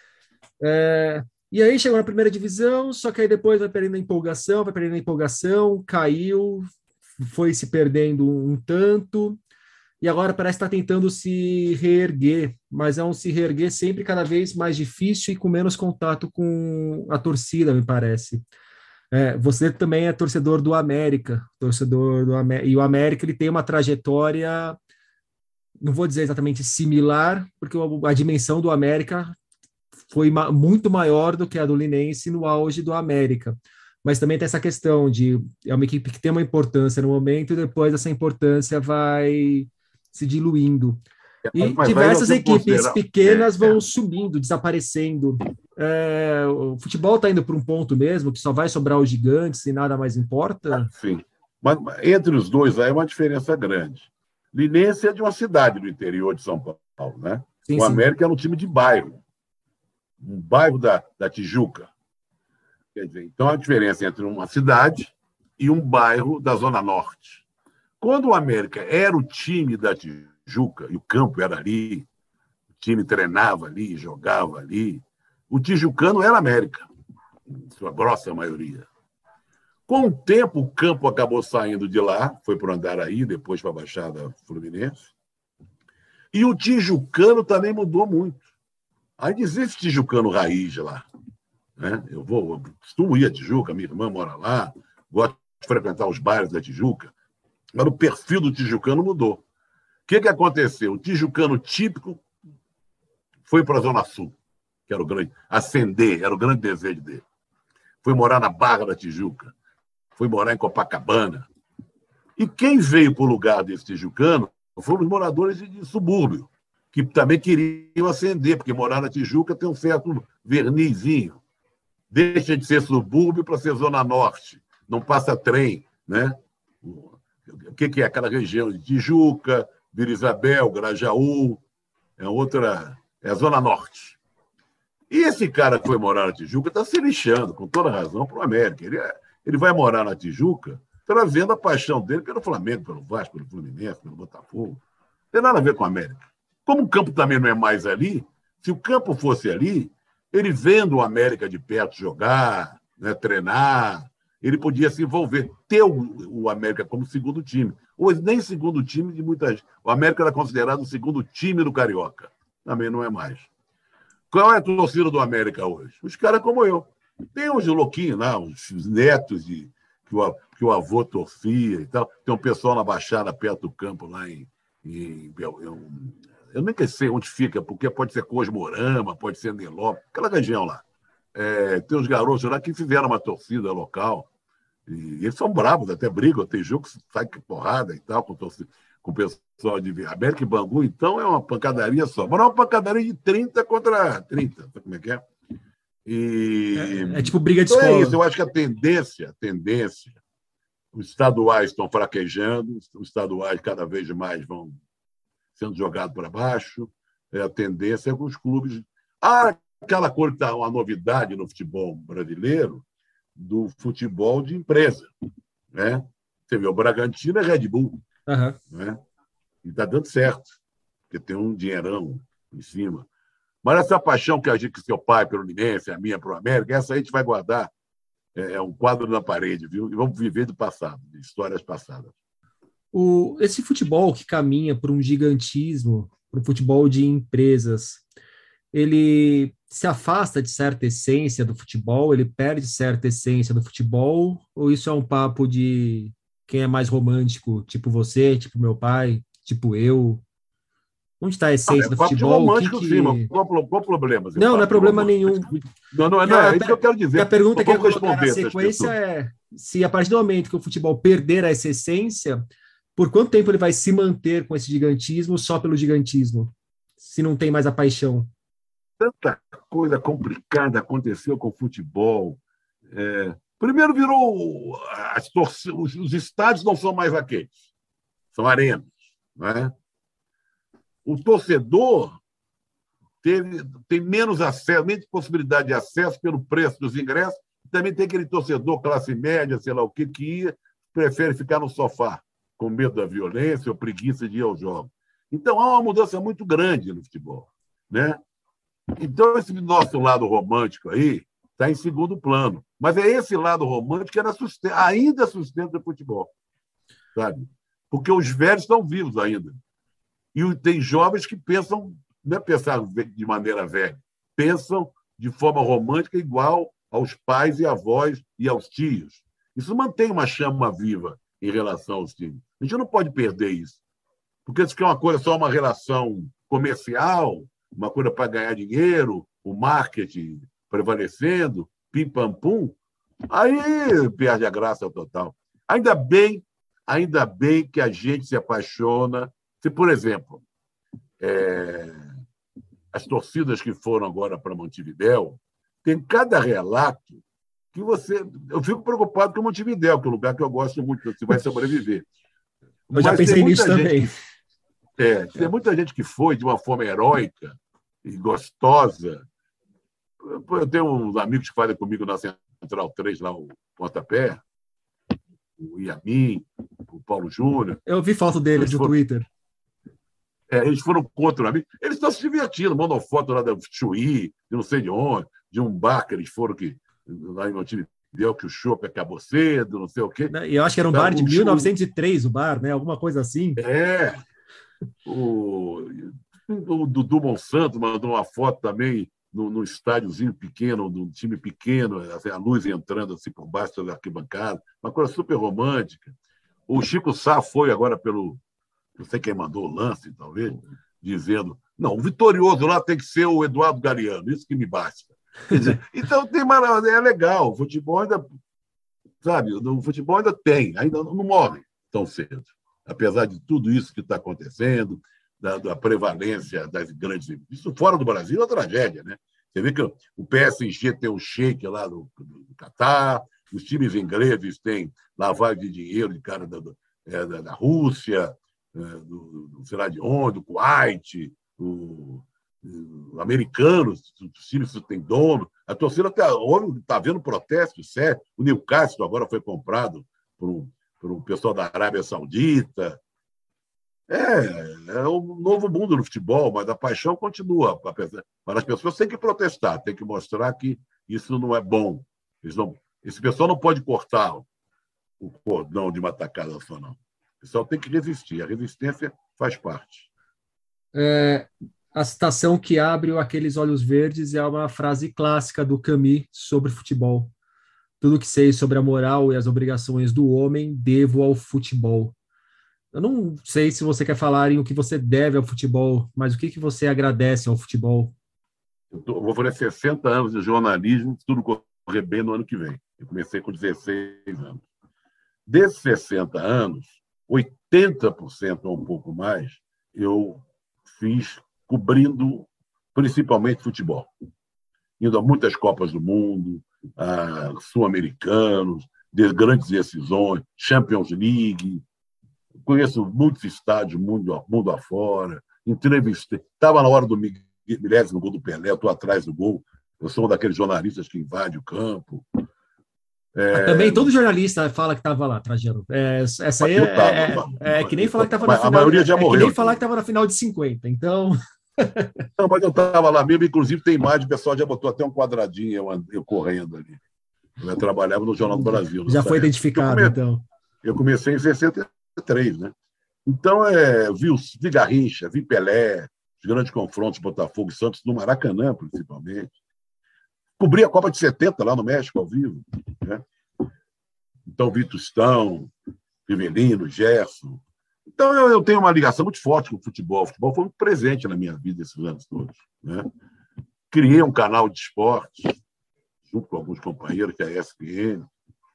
É... E aí chegou na primeira divisão, só que aí depois vai perdendo a empolgação, vai perdendo a empolgação, caiu, foi se perdendo um tanto, e agora parece estar tentando se reerguer, mas é um se reerguer sempre cada vez mais difícil e com menos contato com a torcida, me parece. É, você também é torcedor do América, torcedor do América, e o América ele tem uma trajetória, não vou dizer exatamente similar, porque a dimensão do América foi ma- muito maior do que a do Linense no auge do América. Mas também tem essa questão de é uma equipe que tem uma importância no momento e depois essa importância vai se diluindo. E Mas diversas equipes considerar... pequenas é, vão é. sumindo, desaparecendo. É, o futebol está indo para um ponto mesmo que só vai sobrar os gigantes e nada mais importa? Sim. Mas entre os dois aí é uma diferença grande. Linense é de uma cidade do interior de São Paulo, né? Sim, o sim. América é um time de bairro. Um bairro da, da Tijuca. Quer dizer, então, a diferença entre uma cidade e um bairro da Zona Norte. Quando o América era o time da Tijuca, e o campo era ali, o time treinava ali, jogava ali, o tijucano era América, em sua grossa maioria. Com o tempo, o campo acabou saindo de lá, foi para o Andaraí, depois para a Baixada Fluminense, e o tijucano também mudou muito. Ainda existe tijucano raiz lá. Né? Eu vou, eu costumo ir a Tijuca, minha irmã mora lá, gosto de frequentar os bairros da Tijuca, mas o perfil do tijucano mudou. O que, que aconteceu? O tijucano típico foi para a Zona Sul, que era o grande, ascender, era o grande desejo dele. Foi morar na Barra da Tijuca, foi morar em Copacabana. E quem veio para o lugar desse tijucano foram os moradores de, de subúrbio, que também queriam ascender, porque morar na Tijuca tem um certo vernizinho. Deixa de ser subúrbio para ser Zona Norte. Não passa trem, né? O que é aquela região de Tijuca, Vila Isabel, Grajaú, é outra, é a Zona Norte. E esse cara que foi morar na Tijuca está se lixando, com toda razão, para o América. Ele, é, ele vai morar na Tijuca trazendo a paixão dele pelo Flamengo, pelo Vasco, pelo Fluminense, pelo Botafogo. Não tem nada a ver com o América. Como o campo também não é mais ali, Se o campo fosse ali, ele vendo o América de perto jogar, né, treinar, ele podia se envolver, ter o, o América como segundo time. Hoje, nem segundo time de muita gente. O América era considerado o segundo time do Carioca. Também não é mais. Qual é a torcida do América hoje? Os caras como eu. Tem uns louquinhos lá, uns netos de, que, o, que o avô torcia e tal. Tem um pessoal na Baixada, perto do campo, lá em... em eu, eu nem sei onde fica, porque pode ser Cosmorama, pode ser Neló, aquela região lá. É, tem uns garotos lá que fizeram uma torcida local. E eles são bravos, até brigam. Tem jogo que sai com porrada e tal, com, torcida, com o pessoal de América e Bangu. Então é uma pancadaria só. Mas é uma pancadaria de trinta contra trinta. Sabe como é que é? E... É, é tipo briga de então escola. É isso. Eu acho que a tendência, a tendência, os estaduais estão fraquejando, os estaduais cada vez mais vão sendo jogados para baixo. É, a tendência é que os clubes... Ah, aquela coisa que está uma novidade no futebol brasileiro, do futebol de empresa. Né? Você vê, o Bragantino é Red Bull. Uhum. Né? E está dando certo, porque tem um dinheirão em cima. Mas essa paixão que a gente, que seu pai pelo Fluminense, a minha para o América, essa aí a gente vai guardar. É um quadro na parede, viu? E vamos viver do passado, de histórias passadas. O, esse futebol que caminha por um gigantismo, para um futebol de empresas, ele se afasta de certa essência do futebol, ele perde certa essência do futebol, ou isso é um papo de quem é mais romântico, tipo você, tipo meu pai, tipo eu? Onde está a essência ah, é do futebol? Romântico, que... sim, mas qual, qual o problema? Não, não é problema nenhum. Não, não, não, é isso que eu quero dizer. A pergunta que eu vamos colocar na responder sequência é se a partir do momento que o futebol perder essa essência, por quanto tempo ele vai se manter com esse gigantismo só pelo gigantismo, se não tem mais a paixão? Tanta coisa complicada aconteceu com o futebol. É, primeiro virou... As torcidas, os estádios não são mais aqueles, são arenas. Né? O torcedor teve, tem menos acesso, menos possibilidade de acesso pelo preço dos ingressos. Também tem aquele torcedor classe média, sei lá o que, que ia, prefere ficar no sofá, com medo da violência ou preguiça de ir ao jogo. Então, há uma mudança muito grande no futebol. Né? Então, esse nosso lado romântico aí está em segundo plano. Mas é esse lado romântico que era sustento, ainda sustenta o futebol. Sabe? Porque os velhos estão vivos ainda. E tem jovens que pensam, não é pensar de maneira velha, pensam de forma romântica igual aos pais e avós e aos tios. Isso mantém uma chama viva em relação aos tios. A gente não pode perder isso. Porque se é uma coisa só uma relação comercial, uma coisa para ganhar dinheiro, o marketing prevalecendo, pim-pam-pum, aí perde a graça total. Ainda bem, ainda bem que a gente se apaixona. Se, por exemplo, é, as torcidas que foram agora para Montevidéu, tem cada relato que você... Eu fico preocupado com Montevidéu, que é um lugar que eu gosto muito, você vai sobreviver. Eu já Mas pensei nisso também. Que, é, tem muita gente que foi de uma forma heróica e gostosa. Eu tenho uns amigos que fazem comigo na Central três, lá o Pontapé, o Iamin, o Paulo Júnior. Eu vi foto deles no foram... Twitter. É, eles foram contra um amigo. Eles estão se divertindo, mandam foto lá da Chuí, de não sei de onde, de um bar que eles foram que, lá em Montevidéu, que o chopp acabou cedo, não sei o quê. E eu acho que era um então, bar de mil novecentos e três, o bar, né? Alguma coisa assim. É. O, o Dudu Monsanto mandou uma foto também no, no estádiozinho pequeno, de um time pequeno, assim, a luz entrando assim por baixo da arquibancada, uma coisa super romântica. O Chico Sá foi agora pelo... Não sei quem mandou o lance, talvez, dizendo não, o vitorioso lá tem que ser o Eduardo Galeano, isso que me basta. Quer dizer, então, tem uma, é legal, o futebol ainda, sabe, o futebol ainda tem, ainda não morre tão cedo, apesar de tudo isso que está acontecendo, da, da prevalência das grandes... Isso fora do Brasil é uma tragédia, né? Você vê que o P S G tem o shake lá no, no Catar, os times ingleses têm lavagem de dinheiro de cara da, da, da Rússia, do, do sei lá de onde, do Kuwait, o, o americanos, os times têm dono. A torcida está tá vendo protesto sério. O Newcastle agora foi comprado por um, por um pessoal da Arábia Saudita. É, é o novo mundo do futebol, mas a paixão continua. Mas as pessoas têm que protestar, têm que mostrar que isso não é bom. Eles não, esse pessoal não pode cortar o cordão de uma tacada só, não. O pessoal tem que resistir. A resistência faz parte. É, a citação que abre aqueles olhos verdes é uma frase clássica do Camus sobre futebol. Tudo que sei sobre a moral e as obrigações do homem, devo ao futebol. Eu não sei se você quer falar em o que você deve ao futebol, mas o que, que você agradece ao futebol? Eu, tô, eu vou fazer sessenta anos de jornalismo, se tudo correr bem no ano que vem. Eu comecei com dezesseis anos. Desses sessenta anos, oitenta por cento ou um pouco mais, eu fiz cobrindo principalmente futebol. Indo a muitas Copas do Mundo, a sul-americanos, de grandes decisões, Champions League. Conheço muitos estádios, mundo, mundo afora. Entrevistei. Estava na hora do milésimo gol do Pelé, estou atrás do gol. Eu sou um daqueles jornalistas que invade o campo. É... Também todo jornalista fala que estava lá, Trajano. É, essa aí é, tava, é, é que nem falar que estava na final. A maioria já é morreu. É que nem falar que estava na final de cinquenta, então... Não, mas eu estava lá mesmo, inclusive tem imagem, o pessoal já botou até um quadradinho eu, eu correndo ali. Eu trabalhava no Jornal do Brasil. Já foi época. Identificado, eu come... então. Eu comecei em sessenta e três, né? Então, é, vi, vi Garrincha, vi Pelé, os grandes confrontos, Botafogo e Santos, no Maracanã, principalmente. Cobri a Copa de setenta lá no México, ao vivo. Né? Então, vi Tostão, Rivelino, Gerson. Então, eu, eu tenho uma ligação muito forte com o futebol. O futebol foi muito presente na minha vida esses anos todos. Né? Criei um canal de esportes, junto com alguns companheiros, que é a E S P N.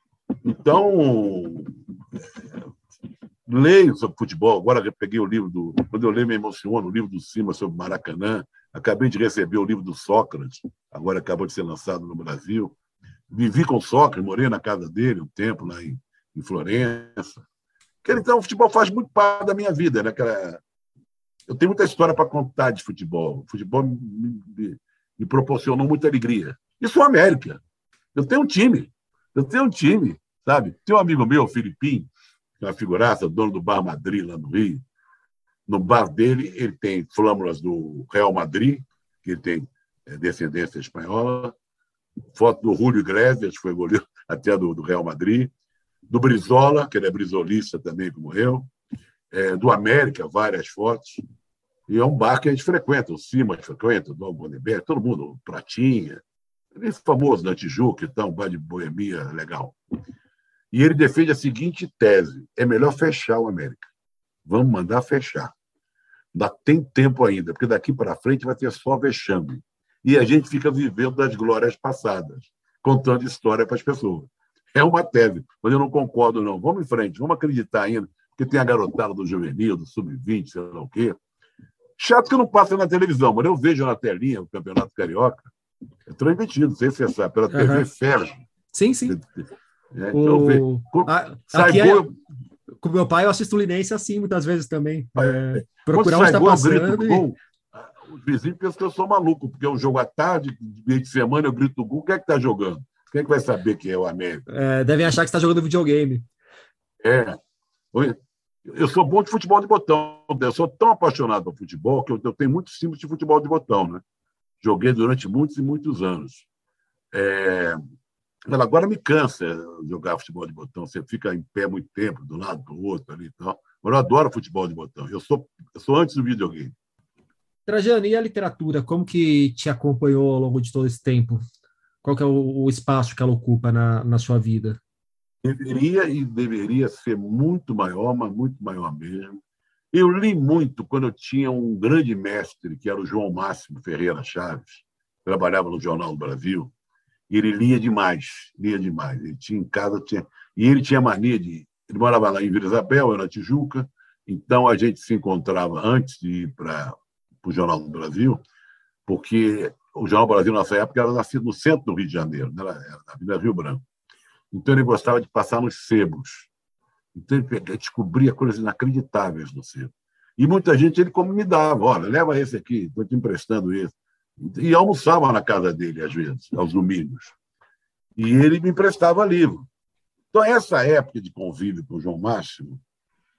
Então, é, leio sobre futebol. Agora eu peguei o livro do... Quando eu leio, me emociono, o livro do Cima sobre Maracanã. Acabei de receber o livro do Sócrates, agora acabou de ser lançado no Brasil. Vivi com o Sócrates, morei na casa dele um tempo lá em, em Florença. Então, o futebol faz muito parte da minha vida. Né? Eu tenho muita história para contar de futebol. O futebol me, me, me proporcionou muita alegria. Isso é América. Eu tenho um time. Eu tenho um time, sabe? Tem um amigo meu, Filipinho, que é uma figuraça, dono do Bar Madrid, lá no Rio. No bar dele, ele tem flâmulas do Real Madrid, que ele tem descendência espanhola, foto do Júlio Iglesias, que foi goleiro até do, do Real Madrid, do Brizola, que ele é brisolista também, como eu, é, do América, várias fotos. E é um bar que a gente frequenta, o Simas frequenta, o Dom Bonneberg, todo mundo, o Pratinha, ele é famoso na Tijuca, então, um bar de boemia legal. E ele defende a seguinte tese: é melhor fechar o América. Vamos mandar fechar. Ainda tem tempo ainda, porque daqui para frente vai ter só vexame. E a gente fica vivendo das glórias passadas, contando história para as pessoas. É uma tese, mas eu não concordo, não. Vamos em frente, vamos acreditar ainda, porque tem a garotada do juvenil, do sub vinte, sei lá o quê. Chato que não passa na televisão, mas eu vejo na telinha o Campeonato Carioca. É transmitido, não sei se você sabe, pela T V uhum. Ferro. Sim, sim. É, então, o... a, sai gol... é... Com meu pai eu assisto o Linense assim, muitas vezes também. É... Procurar onde está passando. E... Gol, os vizinhos pensam que eu sou maluco, porque é um jogo à tarde, meio de semana, eu grito o gol. Quem é que está jogando? Quem é que vai saber que é o América? É, devem achar que você está jogando videogame. É. Eu sou bom de futebol de botão. Eu sou tão apaixonado por futebol que eu, eu tenho muitos símbolos de futebol de botão, né? Joguei durante muitos e muitos anos. É... Agora me cansa jogar futebol de botão. Você fica em pé muito tempo, de um lado do outro ali e tal. Mas eu adoro futebol de botão. Eu sou, eu sou antes do videogame. Trajano, e a literatura? Como que te acompanhou ao longo de todo esse tempo? Qual que é o, o espaço que ela ocupa na, na sua vida? Deveria e deveria ser muito maior, mas muito maior mesmo. Eu li muito quando eu tinha um grande mestre, que era o João Máximo Ferreira Chaves, trabalhava no Jornal do Brasil, e ele lia demais, lia demais. Ele tinha em casa, tinha... e ele tinha mania de... Ele morava lá em Vila Isabel, eu na Tijuca, então a gente se encontrava antes de ir para o Jornal do Brasil, porque o Jornal do Brasil, nessa época, era nascido no centro do Rio de Janeiro, né? Era na Vila Rio Branco. Então, ele gostava de passar nos sebos. Então, ele descobria coisas inacreditáveis no sebo. E muita gente ele como me dava: olha, leva esse aqui, estou te emprestando esse. E almoçava na casa dele, às vezes, aos domingos. E ele me emprestava livro. Então, essa época de convívio com o João Máximo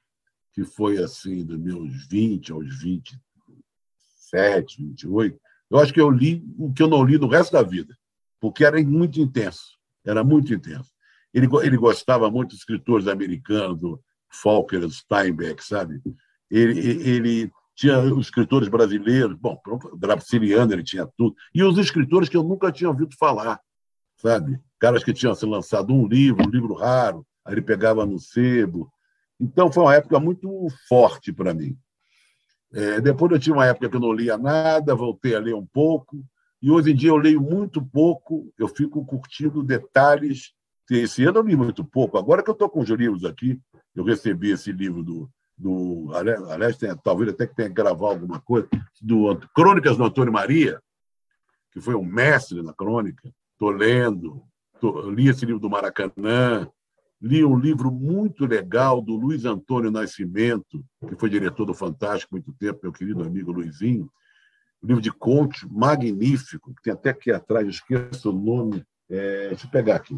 que foi assim, dos meus vinte aos vinte e sete, vinte e oito, eu acho que eu li o que eu não li no resto da vida, porque era muito intenso, era muito intenso. Ele, ele gostava muito dos escritores americanos, do Faulkner, do Steinbeck, sabe? Ele, ele tinha os escritores brasileiros, bom, o Graciliano, ele tinha tudo, e os escritores que eu nunca tinha ouvido falar, sabe? Caras que tinham se lançado um livro, um livro raro, aí ele pegava no sebo. Então, foi uma época muito forte para mim. É, depois eu tive uma época que eu não lia nada, voltei a ler um pouco, e hoje em dia eu leio muito pouco, eu fico curtindo detalhes. Esse ano eu li muito pouco, agora que eu estou com os livros aqui, eu recebi esse livro do... do aliás, tem, talvez até que tenha que gravar alguma coisa, do Crônicas do Antônio Maria, que foi um mestre na crônica. Estou lendo, tô, li esse livro do Maracanã, li um livro muito legal do Luiz Antônio Nascimento, que foi diretor do Fantástico há muito tempo, meu querido amigo Luizinho. Um livro de contos magnífico, que tem até aqui atrás, eu esqueço o nome. É, deixa eu pegar aqui.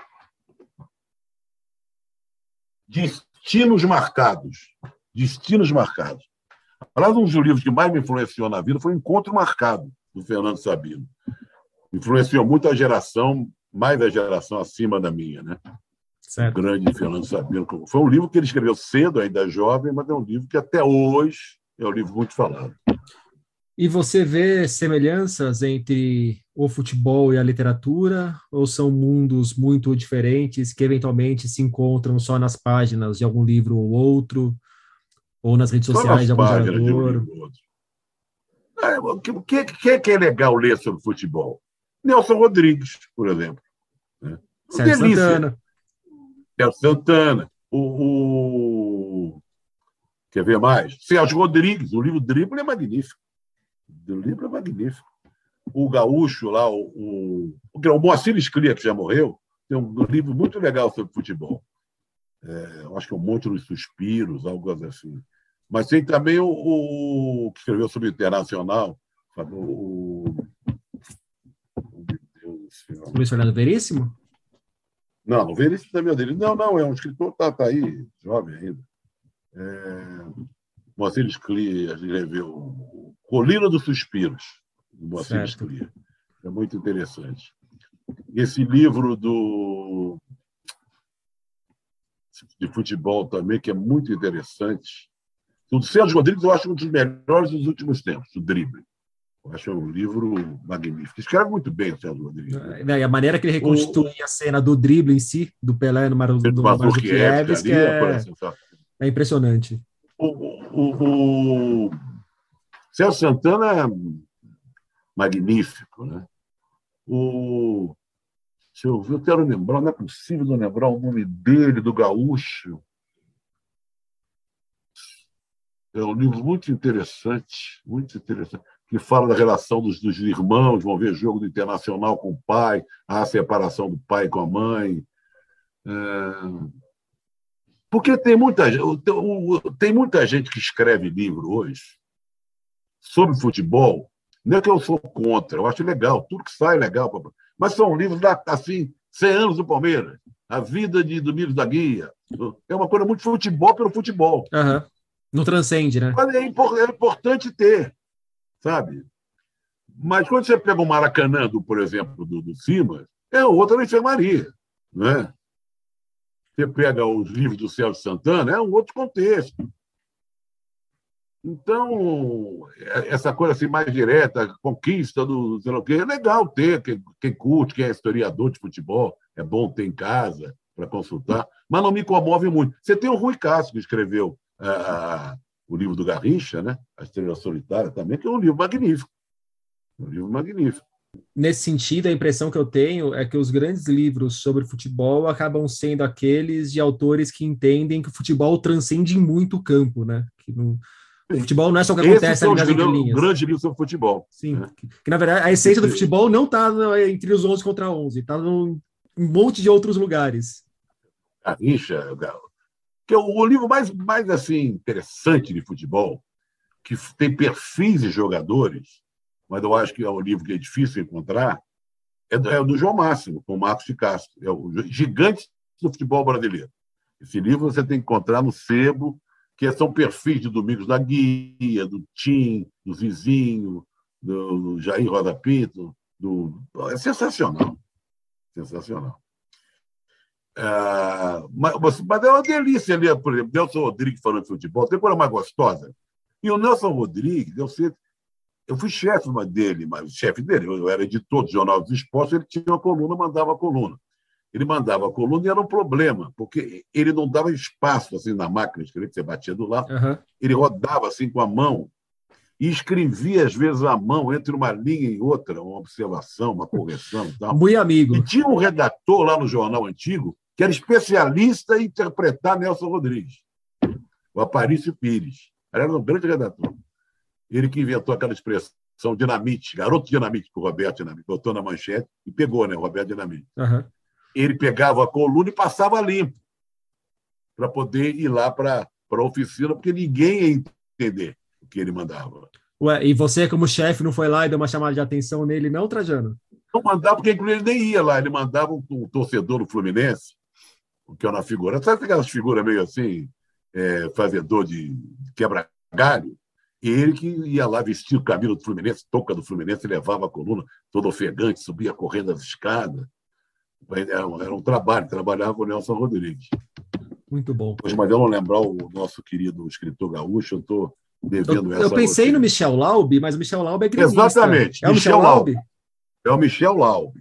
Destinos Marcados. Destinos Marcados. Aliás, um dos livros que mais me influenciou na vida foi o Encontro Marcado, do Fernando Sabino. Influenciou muito a geração, mais a geração acima da minha, né? Certo. O grande Fernando Sabino. Foi um livro que ele escreveu cedo, ainda jovem, mas é um livro que até hoje é um livro muito falado. E você vê semelhanças entre o futebol e a literatura, ou são mundos muito diferentes que eventualmente se encontram só nas páginas de algum livro ou outro, ou nas redes Só sociais nas de algum páginas de um jogador? livro ou outro. É, o que, que, que que é legal ler sobre futebol? Nelson Rodrigues, por exemplo. Né? Sérgio Delícia. Santana. Nelson Santana. O, o... Quer ver mais? Sérgio Rodrigues. O livro Drible é magnífico. O livro é magnífico. O gaúcho lá, o, o, o Moacir Sclia, que já morreu, tem um livro muito legal sobre futebol. É, eu acho que é o Monte dos Suspiros, algo assim. Mas tem também o, o que escreveu sobre o Internacional, o, o, O Luiz Fernando Veríssimo? Não, o Veríssimo também é dele. Não, não, é um escritor que está tá aí, jovem ainda. É, Moacir Sclia escreveu Colina dos Suspiros, do Moacir Sclia. É muito interessante. Esse livro do de futebol também, que é muito interessante. O Sérgio Rodrigues, eu acho um dos melhores dos últimos tempos, o Drible. Eu acho um livro magnífico. Escreve muito bem o Sérgio Rodrigues. E a maneira que ele reconstitui o... a cena do drible em si, do Pelé no Mazurkiewicz, que é... é impressionante. O, o, o... Celso Santana é magnífico, né? O... Deixa eu ver, eu quero lembrar, não é possível não lembrar o nome dele, do gaúcho. É um livro muito interessante, muito interessante, que fala da relação dos, dos irmãos, vão ver jogo do Internacional com o pai, a separação do pai com a mãe. É... Porque tem muita, tem muita gente que escreve livro hoje sobre futebol. Não é que eu sou contra, eu acho legal, tudo que sai é legal. Mas são livros, assim, cem anos do Palmeiras, a vida de Domingos da Guia. É uma coisa muito futebol pelo futebol. Uhum. Não transcende, né? Mas é importante ter, sabe? Mas quando você pega o Maracanã, do, por exemplo, do, do Simas, é outra enfermaria, né? Você pega os livros do Sérgio Santana, é um outro contexto. Então, essa coisa assim mais direta, a conquista do sei lá o quê, é legal ter, quem, quem curte, quem é historiador de futebol, é bom ter em casa para consultar, mas não me comove muito. Você tem o Rui Castro, que escreveu ah, o livro do Garrincha, né? A Estrela Solitária também, que é um livro magnífico. Um livro magnífico. Nesse sentido, a impressão que eu tenho é que os grandes livros sobre futebol acabam sendo aqueles de autores que entendem que o futebol transcende muito o campo, né? Que não... O futebol não é só o que acontece ali nas entrelinhas. Um grande livro sobre futebol. Sim, né? que, que na verdade a essência do futebol não está entre os onze contra onze, está em um monte de outros lugares. Garrincha, que é o livro mais, mais assim, interessante de futebol, que tem perfis de jogadores, mas eu acho que é um livro que é difícil encontrar, é do, é do João Máximo, com o Marcos de Castro. É o Gigante do Futebol Brasileiro. Esse livro você tem que encontrar no sebo, que são perfis de Domingos da Guia, do Tim, do Vizinho, do, do Jair Rosa Pinto. Do... É sensacional. Sensacional. Ah, mas, mas é uma delícia ali, por exemplo, Nelson Rodrigues falando de futebol, tem coisa mais gostosa. E o Nelson Rodrigues, eu, sei, eu fui chefe dele, mas chefe dele, eu era editor do Jornal dos Esportes, ele tinha uma coluna, mandava a coluna. Ele mandava a coluna e era um problema, porque ele não dava espaço assim, na máquina de escrever, que você batia do lado, uhum. Ele rodava assim com a mão e escrevia, às vezes, à mão, entre uma linha e outra, uma observação, uma correção e tal. Muito amigo. E tinha um redator lá no jornal antigo que era especialista em interpretar Nelson Rodrigues, o Aparício Pires. Ele era um grande redator. Ele que inventou aquela expressão dinamite, garoto dinamite, que o Roberto Dinamite botou na manchete e pegou, né, o Roberto Dinamite. Uhum. Ele pegava a coluna e passava limpo para poder ir lá para a oficina, porque ninguém ia entender o que ele mandava. Ué, e você, como chefe, não foi lá e deu uma chamada de atenção nele, não, Trajano? Não mandava, porque inclusive ele nem ia lá. Ele mandava um, um torcedor do Fluminense, que é uma figura. Sabe aquelas figuras meio assim, é, fazedor de quebra-galho? E ele que ia lá vestir o camisa do Fluminense, touca do Fluminense, levava a coluna todo ofegante, subia correndo as escadas. Era um, era um trabalho, trabalhava com o Nelson Rodrigues. Muito bom. Pois, mas eu não lembrar o nosso querido escritor gaúcho, eu estou devendo eu, essa. Eu pensei no Michel Laube, mas o Michel Laube é gremista. Exatamente. É o Michel, Michel Laube? Laube? É o Michel Laube.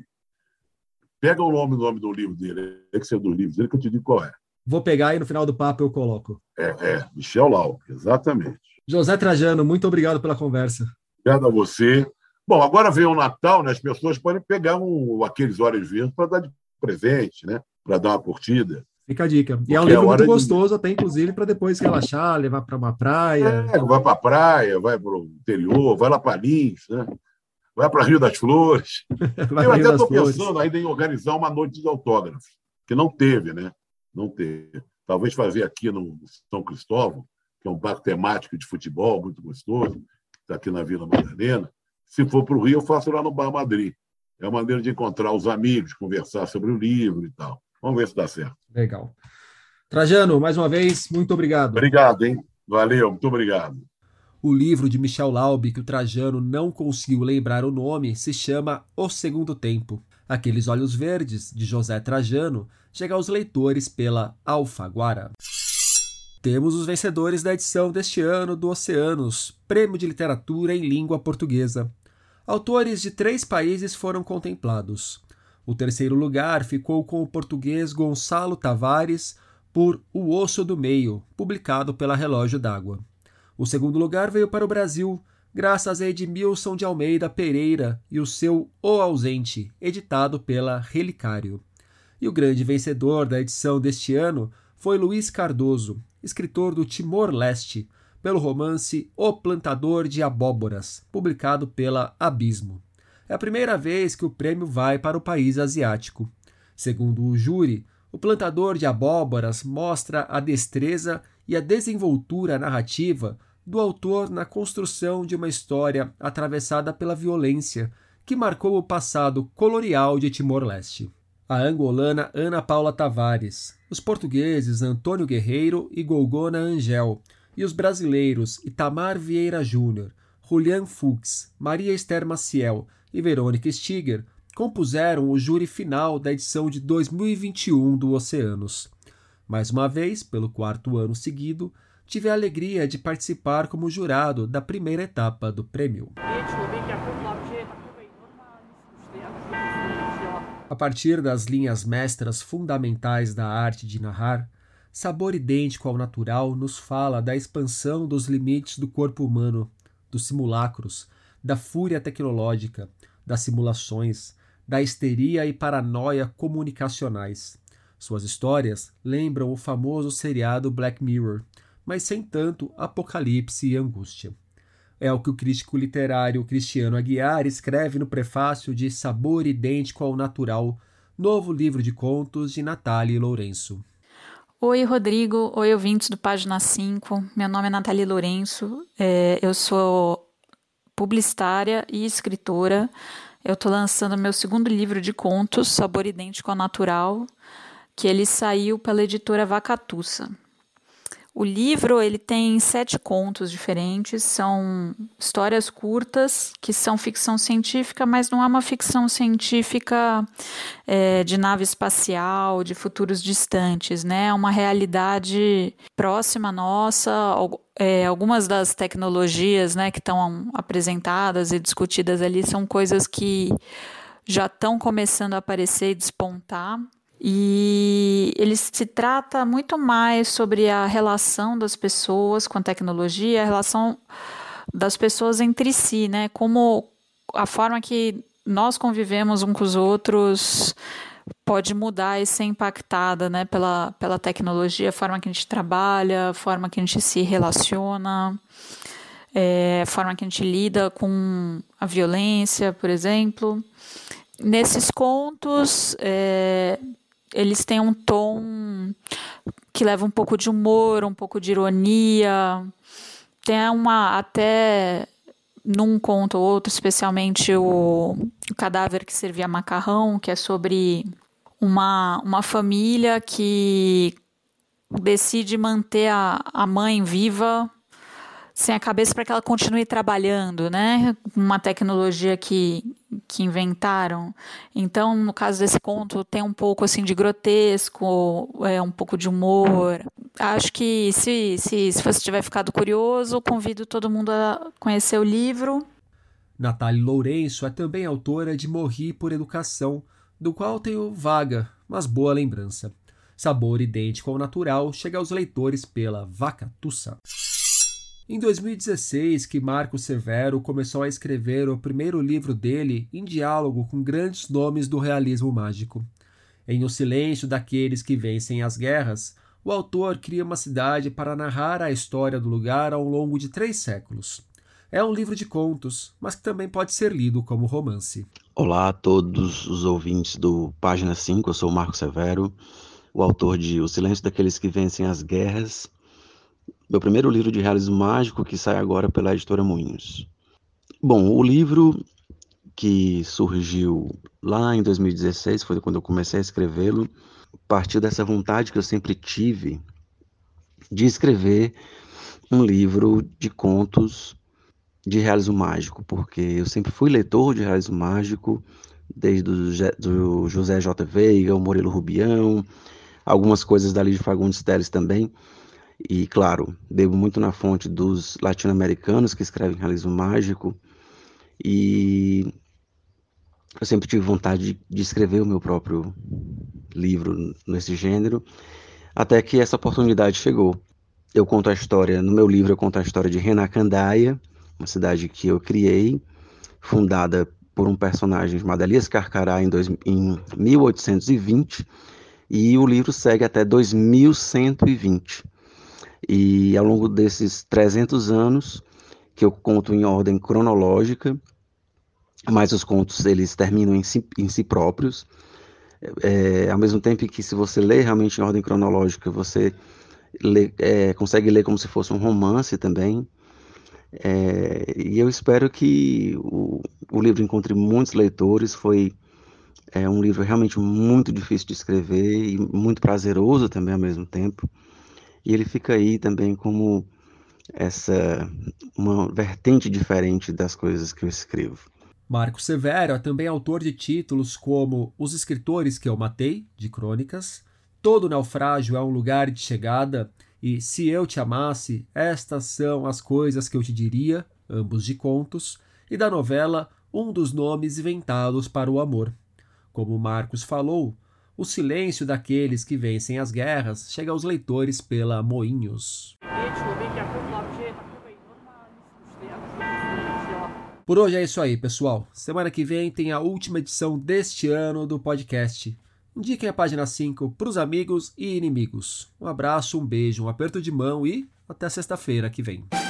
Pega o nome, o nome do livro dele, é que ser do livro dele, que eu te digo qual é. Vou pegar e no final do papo eu coloco. É, é Michel Laube, exatamente. José Trajano, muito obrigado pela conversa. Obrigado a você. Bom, agora vem o Natal, né? As pessoas podem pegar um, aqueles Olhos Verdes para dar de presente, né? Para dar uma curtida. Fica a dica. E é um livro é muito gostoso, de... até inclusive para depois relaxar, levar para uma praia. É, vai para a praia, vai para o interior, vai lá para Lins, né? Vai para Rio das Flores. Eu até estou pensando ainda em organizar uma noite de autógrafos, que não teve, né? Não teve. Talvez fazer aqui no São Cristóvão, que é um barco temático de futebol muito gostoso, que está aqui na Vila Madalena. Se for para o Rio, eu faço lá no Bar Madrid. É uma maneira de encontrar os amigos, conversar sobre o livro e tal. Vamos ver se dá certo. Legal. Trajano, mais uma vez, muito obrigado. Obrigado, hein? Valeu, muito obrigado. O livro de Michel Laube, que o Trajano não conseguiu lembrar o nome, se chama O Segundo Tempo. Aqueles Olhos Verdes, de José Trajano, chega aos leitores pela Alfaguara. Temos os vencedores da edição deste ano do Oceanos, Prêmio de Literatura em Língua Portuguesa. Autores de três países foram contemplados. O terceiro lugar ficou com o português Gonçalo Tavares por O Osso do Meio, publicado pela Relógio d'Água. O segundo lugar veio para o Brasil, graças a Edmilson de Almeida Pereira e o seu O Ausente, editado pela Relicário. E o grande vencedor da edição deste ano foi Luiz Cardoso, escritor do Timor-Leste, pelo romance O Plantador de Abóboras, publicado pela Abismo. É a primeira vez que o prêmio vai para o país asiático. Segundo o júri, O Plantador de Abóboras mostra a destreza e a desenvoltura narrativa do autor na construção de uma história atravessada pela violência que marcou o passado colonial de Timor-Leste. A angolana Ana Paula Tavares, os portugueses Antônio Guerreiro e Golgona Angel, e os brasileiros Itamar Vieira Júnior, Julian Fuchs, Maria Esther Maciel e Verônica Stiger compuseram o júri final da edição de dois mil e vinte e um do Oceanos. Mais uma vez, pelo quarto ano seguido, tive a alegria de participar como jurado da primeira etapa do prêmio. A partir das linhas mestras fundamentais da arte de narrar, Sabor Idêntico ao Natural nos fala da expansão dos limites do corpo humano, dos simulacros, da fúria tecnológica, das simulações, da histeria e paranoia comunicacionais. Suas histórias lembram o famoso seriado Black Mirror, mas sem tanto apocalipse e angústia. É o que o crítico literário Cristiano Aguiar escreve no prefácio de Sabor Idêntico ao Natural, novo livro de contos de Nathalie Lourenço. Oi, Rodrigo. Oi, ouvintes do Página cinco. Meu nome é Nathalie Lourenço. É, eu sou publicitária e escritora. Eu estou lançando meu segundo livro de contos, Sabor Idêntico ao Natural, que ele saiu pela editora Vacatussa. O livro ele tem sete contos diferentes, são histórias curtas que são ficção científica, mas não é uma ficção científica é, de nave espacial, de futuros distantes, né? É uma realidade próxima nossa. É, algumas das tecnologias, né, que estão apresentadas e discutidas ali são coisas que já estão começando a aparecer e despontar. E ele se trata muito mais sobre a relação das pessoas com a tecnologia, a relação das pessoas entre si, né? Como a forma que nós convivemos uns com os outros pode mudar e ser impactada, né, pela, pela tecnologia, a forma que a gente trabalha, a forma que a gente se relaciona, é, a forma que a gente lida com a violência, por exemplo. Nesses contos, é, eles têm um tom que leva um pouco de humor, um pouco de ironia. Tem uma, até num conto ou outro, especialmente o, o Cadáver que Servia Macarrão, que é sobre uma, uma família que decide manter a, a mãe viva sem a cabeça para que ela continue trabalhando, né? Uma tecnologia que, que inventaram. Então, no caso desse conto, tem um pouco assim de grotesco, é, um pouco de humor. Acho que se, se, se você tiver ficado curioso, convido todo mundo a conhecer o livro. Natália Lourenço é também autora de Morri por Educação, do qual tenho vaga, mas boa lembrança. Sabor idêntico ao natural chega aos leitores pela Vacatussa. Em dois mil e dezesseis, que Marco Severo começou a escrever o primeiro livro dele em diálogo com grandes nomes do realismo mágico. Em O Silêncio daqueles que Vencem as Guerras, o autor cria uma cidade para narrar a história do lugar ao longo de três séculos. É um livro de contos, mas que também pode ser lido como romance. Olá a todos os ouvintes do Página cinco, eu sou o Marco Severo, o autor de O Silêncio daqueles que Vencem as Guerras, meu primeiro livro de realismo mágico que sai agora pela editora Moinhos. Bom, o livro que surgiu lá em dois mil e dezesseis, foi quando eu comecei a escrevê-lo, partiu dessa vontade que eu sempre tive de escrever um livro de contos de realismo mágico, porque eu sempre fui leitor de realismo mágico, desde o José J. Veiga, o Murilo Rubião, algumas coisas da Lídia Fagundes Telles também. E, claro, bebo muito na fonte dos latino-americanos que escrevem realismo mágico. E eu sempre tive vontade de, de escrever o meu próprio livro nesse gênero, até que essa oportunidade chegou. Eu conto a história, no meu livro eu conto a história de Renacandaia, uma cidade que eu criei, fundada por um personagem chamado Elias Carcará em, dois, em mil oitocentos e vinte, e o livro segue até dois mil cento e vinte. E ao longo desses trezentos anos, que eu conto em ordem cronológica, mas os contos eles terminam em si, em si próprios, é, ao mesmo tempo que se você lê realmente em ordem cronológica, você lê, é, consegue ler como se fosse um romance também. É, e eu espero que o, o livro encontre muitos leitores. Foi é, um livro realmente muito difícil de escrever e muito prazeroso também ao mesmo tempo. E ele fica aí também como essa, uma vertente diferente das coisas que eu escrevo. Marco Severo é também autor de títulos como Os Escritores que Eu Matei, de crônicas, Todo Naufrágio é um Lugar de Chegada e Se Eu Te Amasse, Estas São as Coisas que Eu Te Diria, ambos de contos, e da novela Um dos Nomes Inventados para o Amor. Como Marcos falou, O Silêncio daqueles que Vencem as Guerras chega aos leitores pela Moinhos. Por hoje é isso aí, pessoal. Semana que vem tem a última edição deste ano do podcast. Indiquem a página cinco para os amigos e inimigos. Um abraço, um beijo, um aperto de mão e até sexta-feira que vem.